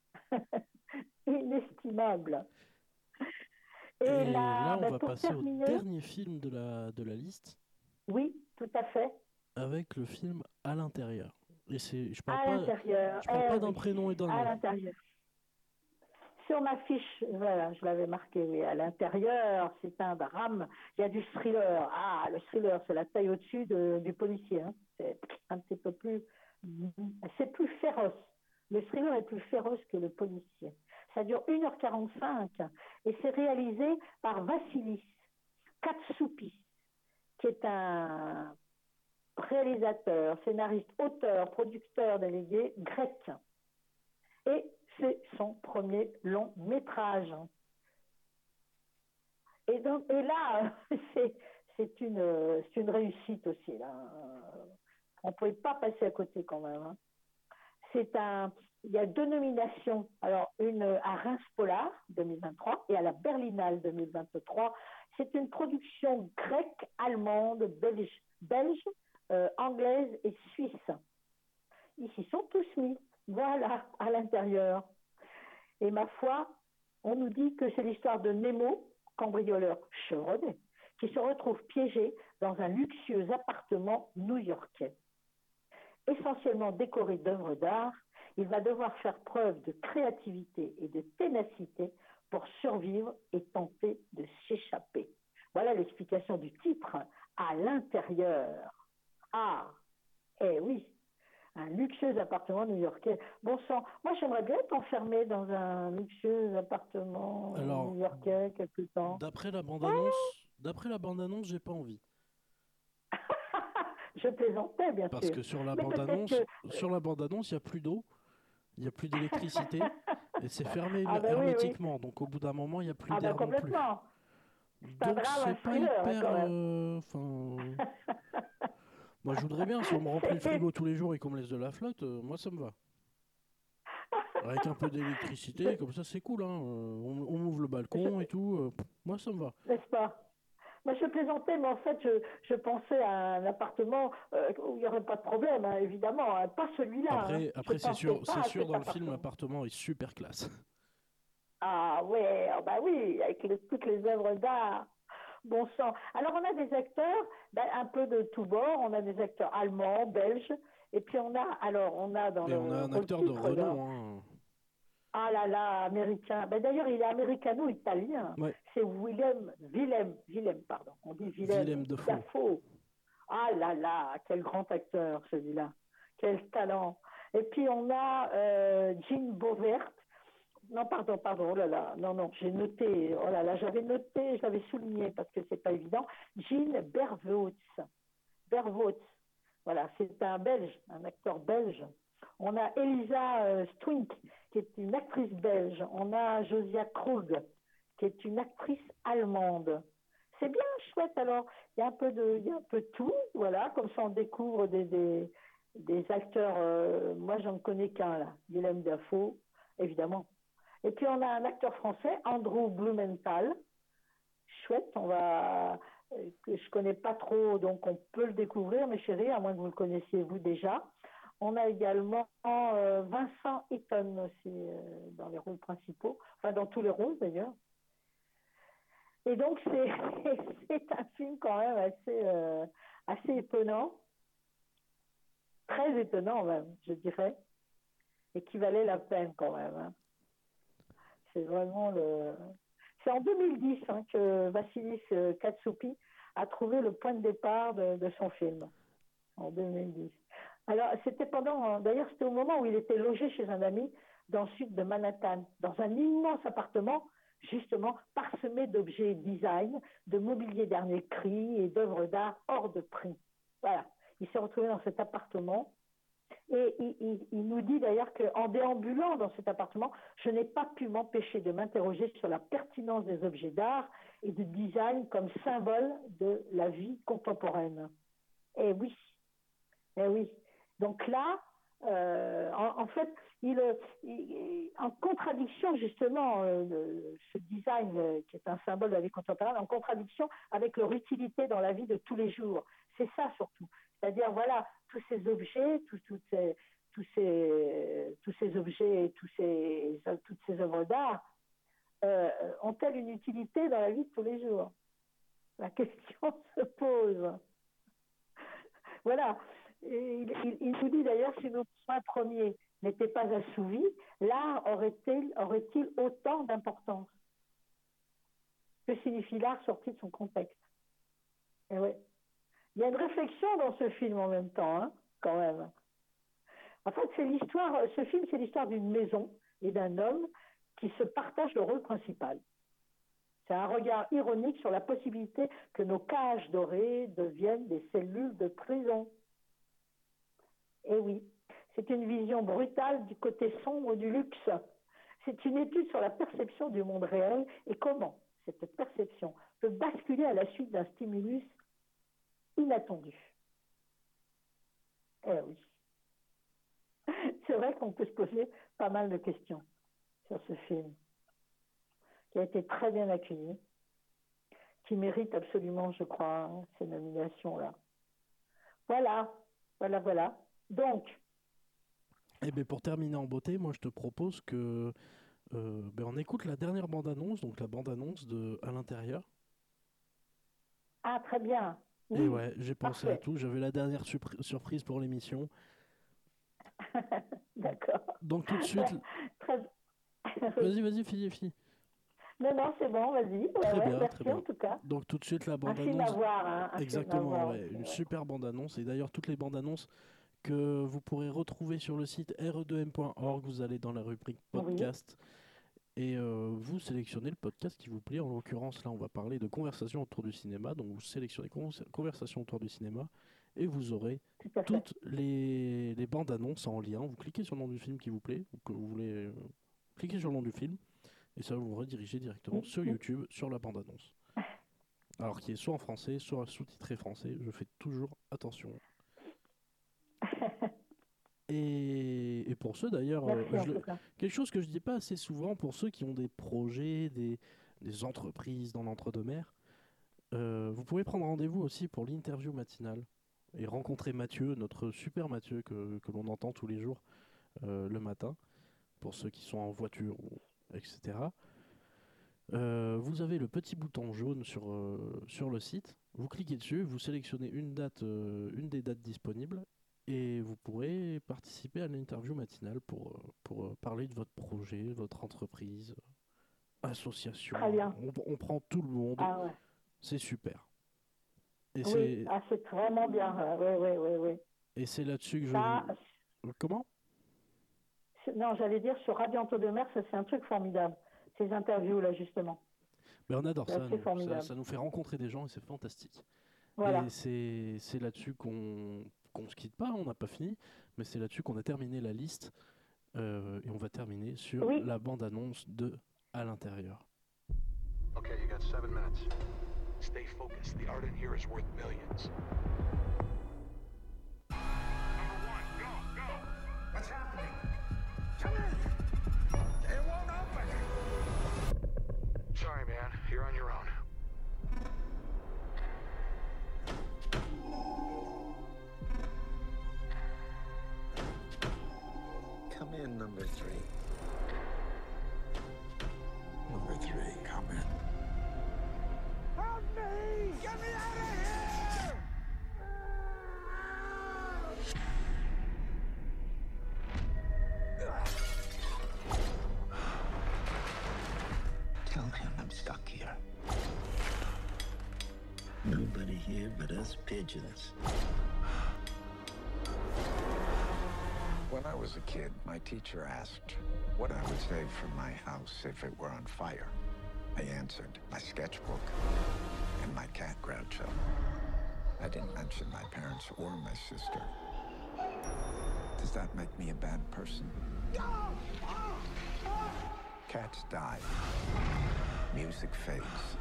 E: Inestimable.
D: Et, Et là, là, on
E: ben,
D: va passer
E: terminer...
D: au dernier film de la, de la liste.
E: Oui, tout à fait.
D: Avec le film À l'intérieur. Et c'est, je parle
E: à
D: pas,
E: l'intérieur.
D: je parle
E: eh
D: pas
E: oui.
D: d'un prénom et d'un nom.
E: À l'intérieur. Sur ma fiche, voilà, je l'avais marqué, oui, à l'intérieur, c'est un drame. Il y a du thriller. Ah, le thriller, c'est la taille au-dessus de, du policier. Hein. C'est un petit peu plus... C'est plus féroce. Le thriller est plus féroce que le policier. Ça dure une heure quarante-cinq et c'est réalisé par Vassilis Katsoupis, qui est un réalisateur, scénariste, auteur, producteur délégué grec. Et c'est son premier long métrage. Et, donc, et là, c'est, c'est, une, c'est une réussite aussi. Là. On ne pouvait pas passer à côté quand même. Hein. C'est un, il y a deux nominations. Alors, une à Reims Polar deux mille vingt-trois et à la Berlinale deux mille vingt-trois. C'est une production grecque, allemande, belge, belge euh, anglaise et suisse. Ils s'y sont tous mis. Voilà, à l'intérieur. Et ma foi, on nous dit que c'est l'histoire de Nemo, cambrioleur chevronné, qui se retrouve piégé dans un luxueux appartement new-yorkais. Essentiellement décoré d'œuvres d'art, il va devoir faire preuve de créativité et de ténacité pour survivre et tenter de s'échapper. Voilà l'explication du titre, à l'intérieur. Ah, eh oui, un luxueux appartement new-yorkais. Bon sang, moi j'aimerais bien être enfermé dans un luxueux appartement
D: Alors,
E: new-yorkais quelque temps.
D: D'après la bande-annonce, oh d'après la bande-annonce, j'ai pas envie.
E: Je plaisantais, bien
D: Parce
E: sûr.
D: Parce que sur la bande-annonce, que... sur la bande-annonce, il n'y a plus d'eau, il n'y a plus d'électricité, et c'est fermé ah bah hermétiquement. Oui, oui. Donc au bout d'un moment, il n'y a plus ah d'air bah non plus.
E: C'est un
D: Donc c'est pas
E: thriller,
D: hyper...
E: hein,
D: Enfin... Euh, moi, je voudrais bien, si on me remplit le frigo tous les jours et qu'on me laisse de la flotte, euh, moi, ça me va. Avec un peu d'électricité, comme ça, c'est cool. Hein. On, on ouvre le balcon et tout. Euh, moi, ça me va.
E: N'est-ce pas? Moi, je plaisantais, mais en fait, je, je pensais à un appartement euh, où il n'y aurait pas de problème, hein, évidemment. Hein, pas celui-là.
D: Après,
E: hein.
D: après c'est sûr, c'est sûr dans le film, l'appartement est super classe.
E: Ah ouais, oh bah oui, avec les, toutes les œuvres d'art. Bon sang. Alors, on a des acteurs, ben, un peu de tous bords. On a des acteurs allemands, belges. Et puis, on a, alors, on a dans
D: et
E: le...
D: on a un acteur de renom, hein.
E: Ah là là, américain. Ben, d'ailleurs, il est américano-italien.
D: Ouais.
E: C'est Willem, Willem, Willem, pardon. On dit Willem,
D: Willem Dafoe.
E: Dafoe. Ah là là, quel grand acteur, celui-là. Quel talent. Et puis, on a euh, Jean Beauvert. Non, pardon, pardon, oh là là, non, non, j'ai noté, oh là là, j'avais noté, je l'avais souligné parce que c'est pas évident. Jean Bervoets. Bervoets. Voilà, c'est un Belge, un acteur belge. On a Elisa euh, Swink, qui est une actrice belge. On a Josia Krug, qui est une actrice allemande. C'est bien chouette, alors. Il y a un peu de, il y a un peu de tout, voilà. Comme ça, on découvre des, des, des acteurs. Euh, moi, j'en connais qu'un, là. Willem Dafoe, évidemment. Et puis, on a un acteur français, Andrew Blumenthal. Chouette, on va... que je connais pas trop, donc on peut le découvrir, mes chéris, à moins que vous le connaissiez vous déjà. On a également euh, Vincent Eaton aussi euh, dans les rôles principaux, enfin dans tous les rôles d'ailleurs. Et donc c'est, c'est un film quand même assez, euh, assez étonnant, très étonnant même, je dirais, et qui valait la peine quand même. Hein. C'est vraiment le... C'est en deux mille dix hein, que Vassilis Katsoupi a trouvé le point de départ de, de son film, en deux mille dix. Alors, c'était pendant, d'ailleurs, c'était au moment où il était logé chez un ami dans le sud de Manhattan, dans un immense appartement, justement, parsemé d'objets design, de mobilier dernier cri et d'œuvres d'art hors de prix. Voilà. Il s'est retrouvé dans cet appartement. Et il, il, il nous dit d'ailleurs qu'en déambulant dans cet appartement, je n'ai pas pu m'empêcher de m'interroger sur la pertinence des objets d'art et du design comme symbole de la vie contemporaine. Eh oui, eh oui. Donc là, euh, en, en fait, il, il, en contradiction justement, euh, ce design euh, qui est un symbole de la vie contemporaine, en contradiction avec leur utilité dans la vie de tous les jours. C'est ça surtout. C'est-à-dire, voilà, tous ces objets, tous, tous, ces, tous, ces, tous ces objets, tous ces, toutes ces œuvres d'art euh, ont-elles une utilité dans la vie de tous les jours? La question se pose. Voilà. Et il, il, il nous dit d'ailleurs, si nos besoins premiers n'étaient pas assouvis, l'art aurait-il, aurait-il autant d'importance? Que signifie l'art sorti de son contexte? Et ouais. Il y a une réflexion dans ce film en même temps, hein, quand même. En fait, c'est l'histoire, ce film, c'est l'histoire d'une maison et d'un homme qui se partagent le rôle principal. C'est un regard ironique sur la possibilité que nos cages dorées deviennent des cellules de prison. Et oui, c'est une vision brutale du côté sombre du luxe. C'est une étude sur la perception du monde réel et comment cette perception peut basculer à la suite d'un stimulus inattendu. Eh oui. C'est vrai qu'on peut se poser pas mal de questions sur ce film, qui a été très bien accueilli, qui mérite absolument, je crois, ces nominations-là. Voilà, voilà, voilà. Donc...
D: Eh bien, pour terminer en beauté, moi, je te propose que euh, ben, on écoute la dernière bande-annonce, donc la bande-annonce de À l'intérieur.
E: Ah, très bien.
D: Et ouais, j'ai pensé
E: Parfait.
D: à tout. J'avais la dernière surpri- surprise pour l'émission.
E: D'accord.
D: Donc tout de suite...
E: Très...
D: Vas-y, vas-y, finis, finis.
E: Non, non, c'est bon, vas-y. Ouais,
D: Très
E: ouais,
D: bien,
E: merci
D: très bien.
E: en tout cas.
D: Donc tout de suite la
E: Un film
D: bande-annonce.
E: à voir, hein, un
D: Exactement,
E: film à voir
D: ouais,
E: aussi,
D: une
E: ouais.
D: super bande-annonce. Et d'ailleurs, toutes les bandes-annonces que vous pourrez retrouver sur le site r e deux m point org, vous allez dans la rubrique podcast et euh, vous sélectionnez le podcast qui vous plaît. En l'occurrence, là, on va parler de conversation autour du cinéma. Donc vous sélectionnez con- conversation autour du cinéma et vous aurez toutes les, les bandes-annonces en lien. Vous cliquez sur le nom du film qui vous plaît, ou que vous voulez euh, cliquer sur le nom du film. Et ça va vous rediriger directement
E: Oui,
D: sur
E: oui.
D: YouTube, sur la bande-annonce. Alors qui est soit en français, soit sous-titré français. Je fais toujours attention. Et, et pour ceux d'ailleurs, euh,
E: Merci en
D: je le-
E: tout cas.
D: quelque chose que je dis pas assez souvent pour ceux qui ont des projets, des, des entreprises dans l'entre-deux-mers, euh, vous pouvez prendre rendez-vous aussi pour l'interview matinale et rencontrer Mathieu, notre super Mathieu que, que l'on entend tous les jours euh, le matin, pour ceux qui sont en voiture, ou, et cetera. Euh, vous avez le petit bouton jaune sur, euh, sur le site, vous cliquez dessus, vous sélectionnez une date, euh, une des dates disponibles et vous pourrez participer à l'interview matinale pour, euh, pour euh, parler de votre projet, votre entreprise, euh, association.
E: Très bien.
D: On, on prend tout le monde,
E: Ah ouais.
D: c'est super. Et
E: Oui,
D: c'est
E: ah, c'est vraiment bien. Oui, oui, oui, oui.
D: et c'est là-dessus que je
E: Ça,
D: vous... Comment?
E: c'est- non, j'allais dire sur Radio Anto de Mer, ça c'est un truc formidable. Ces interviews-là, justement.
D: Ben, on adore
E: C'est
D: ça,
E: assez
D: nous. Ça,
E: formidable.
D: ça nous fait rencontrer des gens et c'est fantastique.
E: Voilà.
D: Et c'est c'est là-dessus qu'on qu'on se quitte pas, on n'a pas fini, mais c'est là-dessus qu'on a terminé la liste euh, et on va terminer sur
E: Oui.
D: la bande-annonce de À l'intérieur.
M: Okay, you got seven minutes. Stay focused. The art in here is worth millions. Number one, go, go. What's happening? Come in. It won't open. Sorry, man. You're on your own.
F: Come in, number three. Number three, come in.
H: Help me! Get me out of here!
F: Tell him I'm stuck here. Nobody here but us pigeons.
N: When I was a kid, my teacher asked what I would save from my house if it were on fire. I answered, my sketchbook and my cat Groucho. I didn't mention my parents or my sister. Does that make me a bad person? Cats die. Music fades.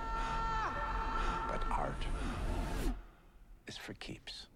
N: But art is for keeps.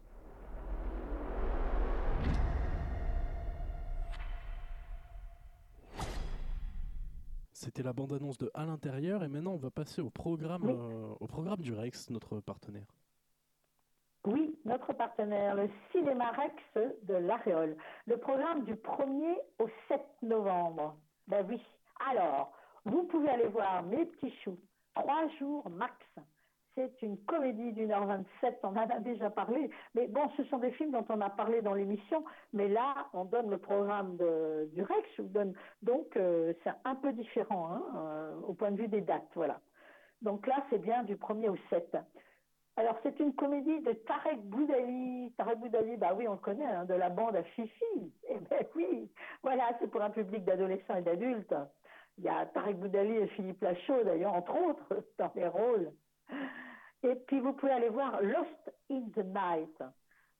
D: C'était la bande-annonce de À l'intérieur et maintenant on va passer au programme,
E: Oui.
D: euh, au programme du Rex, notre partenaire.
E: Oui, notre partenaire, le Cinéma Rex de l'Aréole. Le programme du premier au sept novembre. Ben oui. Alors, vous pouvez aller voir Mes petits choux. Trois jours max. C'est une comédie d'une heure vingt-sept, on en a déjà parlé. Mais bon, ce sont des films dont on a parlé dans l'émission. Mais là, on donne le programme de, du Rex. On donne, donc, euh, c'est un peu différent hein, euh, au point de vue des dates. Voilà. Donc là, c'est bien du premier au sept. Alors, c'est une comédie de Tarek Boudali. Tarek Boudali, bah oui, on le connaît, hein, de la bande à Fifi. Eh bien oui, voilà, c'est pour un public d'adolescents et d'adultes. Il y a Tarek Boudali et Philippe Lachaud, d'ailleurs, entre autres, dans les rôles. Et puis, vous pouvez aller voir Lost in the Night.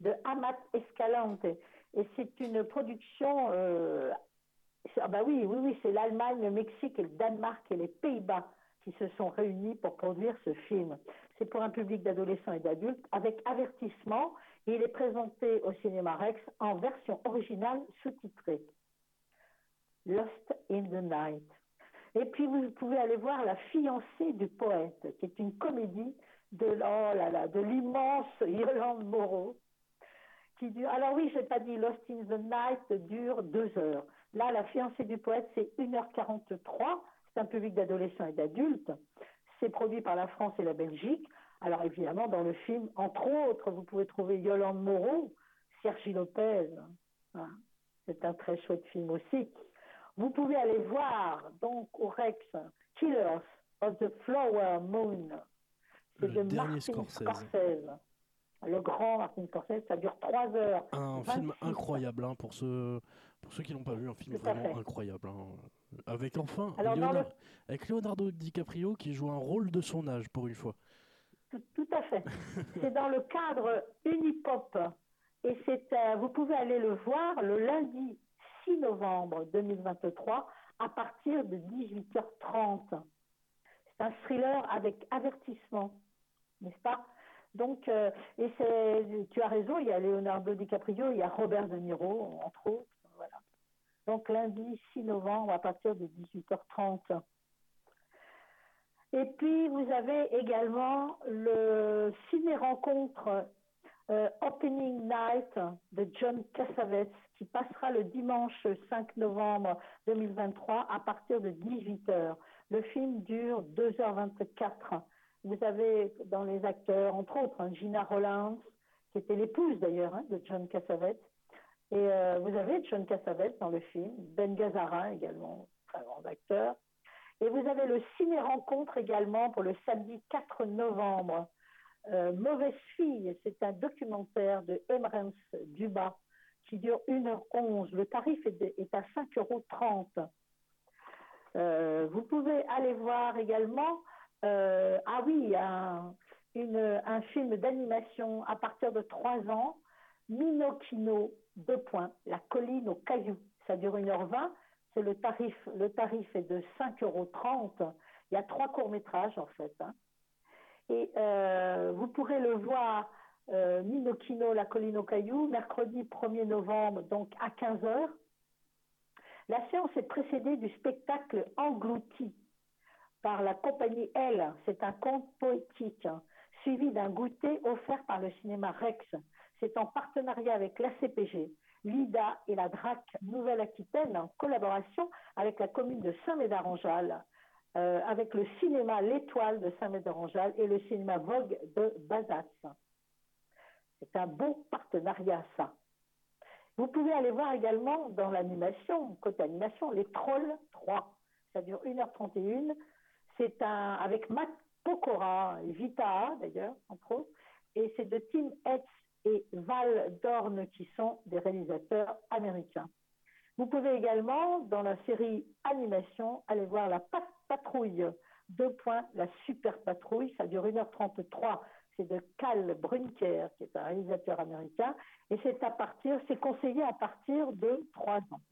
E: de Amat Escalante. Et c'est une production... Euh, ah bah oui, oui, oui, c'est l'Allemagne, le Mexique, et le Danemark et les Pays-Bas qui se sont réunis pour produire ce film. C'est pour un public d'adolescents et d'adultes avec avertissement. Et il est présenté au cinéma Rex en version originale sous-titrée. Lost in the Night. Et puis vous pouvez aller voir La fiancée du poète, qui est une comédie de, oh là là, de l'immense Yolande Moreau. Qui dure, alors oui, je n'ai pas dit Lost in the Night dure deux heures. Là, La fiancée du poète, c'est une heure quarante-trois. C'est un public d'adolescents et d'adultes. C'est produit par la France et la Belgique. Alors évidemment, dans le film, entre autres, vous pouvez trouver Yolande Moreau, Sergi Lopez. Voilà. C'est un très chouette film aussi. Vous pouvez aller voir, donc, au Rex, Killers of the Flower Moon. C'est
D: le
E: de
D: dernier
E: Martin
D: Scorsese.
E: Scorsese. Le grand Martin Scorsese, ça dure trois heures.
D: Un
E: vingt-six.
D: film incroyable, hein, pour, ceux, pour ceux qui l'ont pas vu, un film
E: Tout à
D: vraiment
E: fait.
D: incroyable. Hein. Avec enfin
E: Alors, dans
D: Leonardo,
E: le-
D: avec Leonardo DiCaprio qui joue un rôle de son âge pour une fois.
E: Tout, tout à fait. C'est dans le cadre Unipop. Et c'est, euh, vous pouvez aller le voir le lundi six novembre deux mille vingt-trois à partir de dix-huit heures trente. C'est un thriller avec avertissement, n'est-ce pas? Donc, euh, et c'est, tu as raison, il y a Leonardo DiCaprio, il y a Robert De Niro, entre autres. Voilà. Donc lundi six novembre à partir de dix-huit heures trente. Et puis, vous avez également le ciné-rencontre euh, Opening Night de John Cassavetes qui passera le dimanche cinq novembre deux mille vingt-trois à partir de dix-huit heures. Le film dure deux heures vingt-quatre. Vous avez dans les acteurs, entre autres, hein, Gina Rollins, qui était l'épouse d'ailleurs hein, de John Cassavetes. Et euh, vous avez John Cassavetes dans le film, Ben Gazzara également, très grand acteur. Et vous avez le ciné-rencontre également pour le samedi quatre novembre. Euh, Mauvaise fille, c'est un documentaire de Emrens Duba qui dure une heure onze. Le tarif est, de, est à cinq euros trente. Euh, vous pouvez aller voir également, euh, ah oui, un, une, un film d'animation à partir de trois ans, Minokino, deux points, La colline aux cailloux. Ça dure une heure vingt. C'est le tarif, le tarif est de cinq euros trente. Il y a trois courts-métrages en fait. Hein. Et euh, vous pourrez le voir, euh, Minokino, La colline aux cailloux, mercredi premier novembre, donc à quinze heures. La séance est précédée du spectacle Englouti par la compagnie L. C'est un conte poétique, hein, suivi d'un goûter offert par le cinéma Rex. C'est en partenariat avec l'A C P G. L'I D A et la D R A C Nouvelle-Aquitaine en collaboration avec la commune de Saint-Médard-en-Jalles, euh, avec le cinéma L'Étoile de Saint-Médard-en-Jalles et le cinéma Vogue de Bazas. C'est un beau partenariat, ça. Vous pouvez aller voir également dans l'animation, côté animation, Les Trolls trois. Ça dure une heure trente et une. C'est un, avec Matt Pokora et Vita, d'ailleurs, entre autres, et c'est de Tim Hetz et Val Dorn qui sont des réalisateurs américains. Vous pouvez également, dans la série animation, aller voir La Pat Patrouille, deux points, La Super Patrouille, ça dure une heure trente-trois, c'est de Cal Brunker, qui est un réalisateur américain, et c'est à partir, c'est conseillé à partir de trois ans.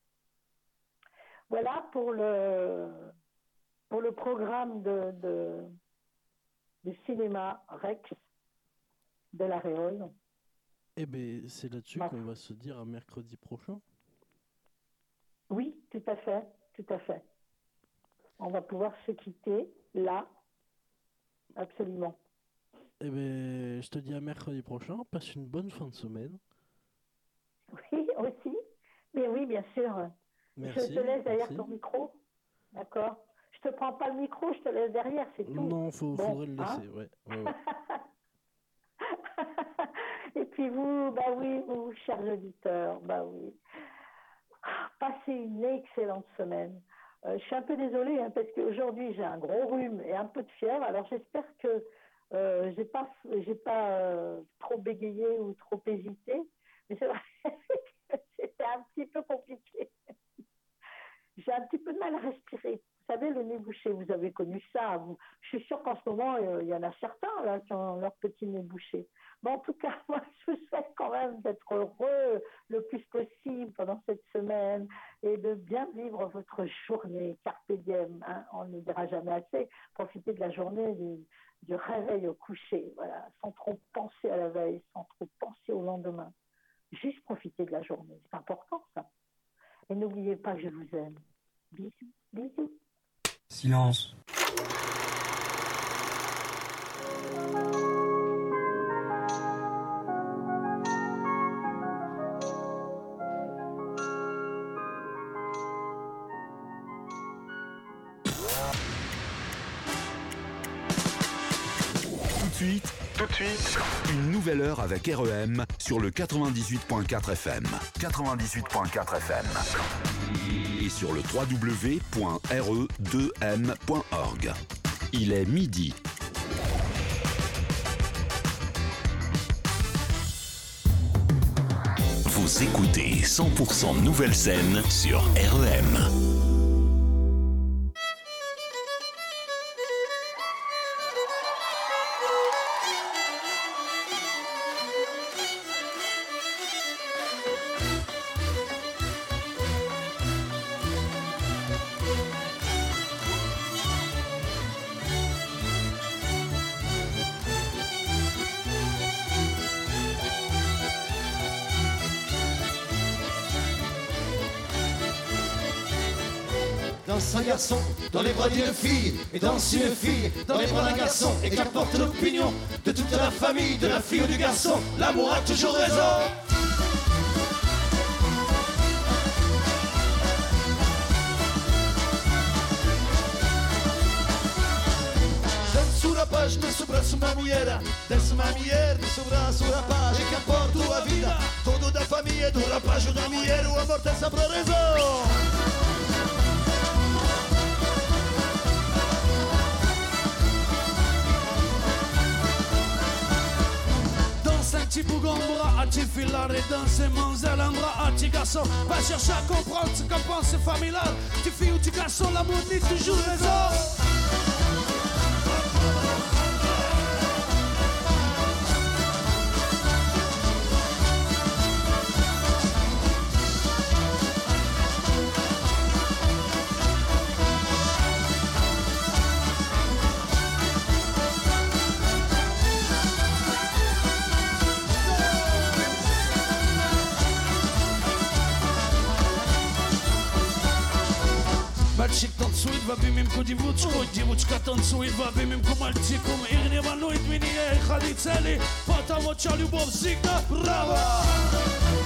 E: Voilà pour le, pour le programme de, de, du cinéma Rex de la Réole.
D: Eh bien, c'est là-dessus
E: Bah.
D: qu'on va se dire à mercredi prochain.
E: Oui, tout à fait, tout à fait. On va pouvoir se quitter là, absolument.
D: Eh bien, je te dis à mercredi prochain. Passe une bonne fin de semaine.
E: Oui, aussi. Mais oui, bien sûr.
D: Merci,
E: je te laisse derrière
D: merci.
E: ton micro. D'accord. Je te prends pas le micro, je te laisse derrière, c'est tout.
D: Non, faut,
E: Bon,
D: faudrait le
E: hein.
D: laisser, ouais. ouais, ouais.
E: Et puis vous, bah oui, vous, chers auditeurs, bah oui. Ah, passez une excellente semaine. Euh, je suis un peu désolée hein, parce qu'aujourd'hui j'ai un gros rhume et un peu de fièvre. Alors j'espère que euh, j'ai pas, j'ai pas euh, trop bégayé ou trop hésité. Mais c'est vrai que c'était un petit peu compliqué. J'ai un petit peu de mal à respirer. savez, le nez bouché, vous avez connu ça. Vous, je suis sûre qu'en ce moment, il euh, y en a certains là qui ont leur petit nez bouché. Mais en tout cas, moi, je vous souhaite quand même d'être heureux le plus possible pendant cette semaine et de bien vivre votre journée. Carpe diem, hein, on ne le dira jamais assez. Profitez de la journée, du, du réveil au coucher, voilà, sans trop penser à la veille, sans trop penser au lendemain. Juste profiter de la journée, c'est important ça. Et n'oubliez pas que je vous aime. Bisous, bisous.
O: Silence.
B: Tout de suite, tout de suite, une nouvelle heure avec R E M sur le quatre-vingt-dix-huit virgule quatre F M. quatre-vingt-dix-huit virgule quatre F M. Et sur le w w w point r e deux m point org. Il est midi.
P: Vous écoutez cent pour cent Nouvelle Scène sur R E M.
Q: Danse un garçon dans les bras d'une fille, et danse une fille dans les bras d'un garçon, et qu'importe l'opinion de toute la famille, de la fille ou du garçon, l'amour a toujours raison. Danço na página sobre a sua mulher, dessa mulher de sobre a sua paz, e que importa a vida, todo da família, do rapaz ou da mulher, o amor tem sempre razão.
R: Un petit bougon, bras à ti filar et danser, manzel, un bras à ti garçon. Va chercher à comprendre ce qu'en pense c'est familial. Tu fille ou tu garçon, l'amour dit toujours raison. Mальчик танцует во время девочку, девочка танцует во время мальчиком. И не волнует меня их цели, потому что любовь всегда права.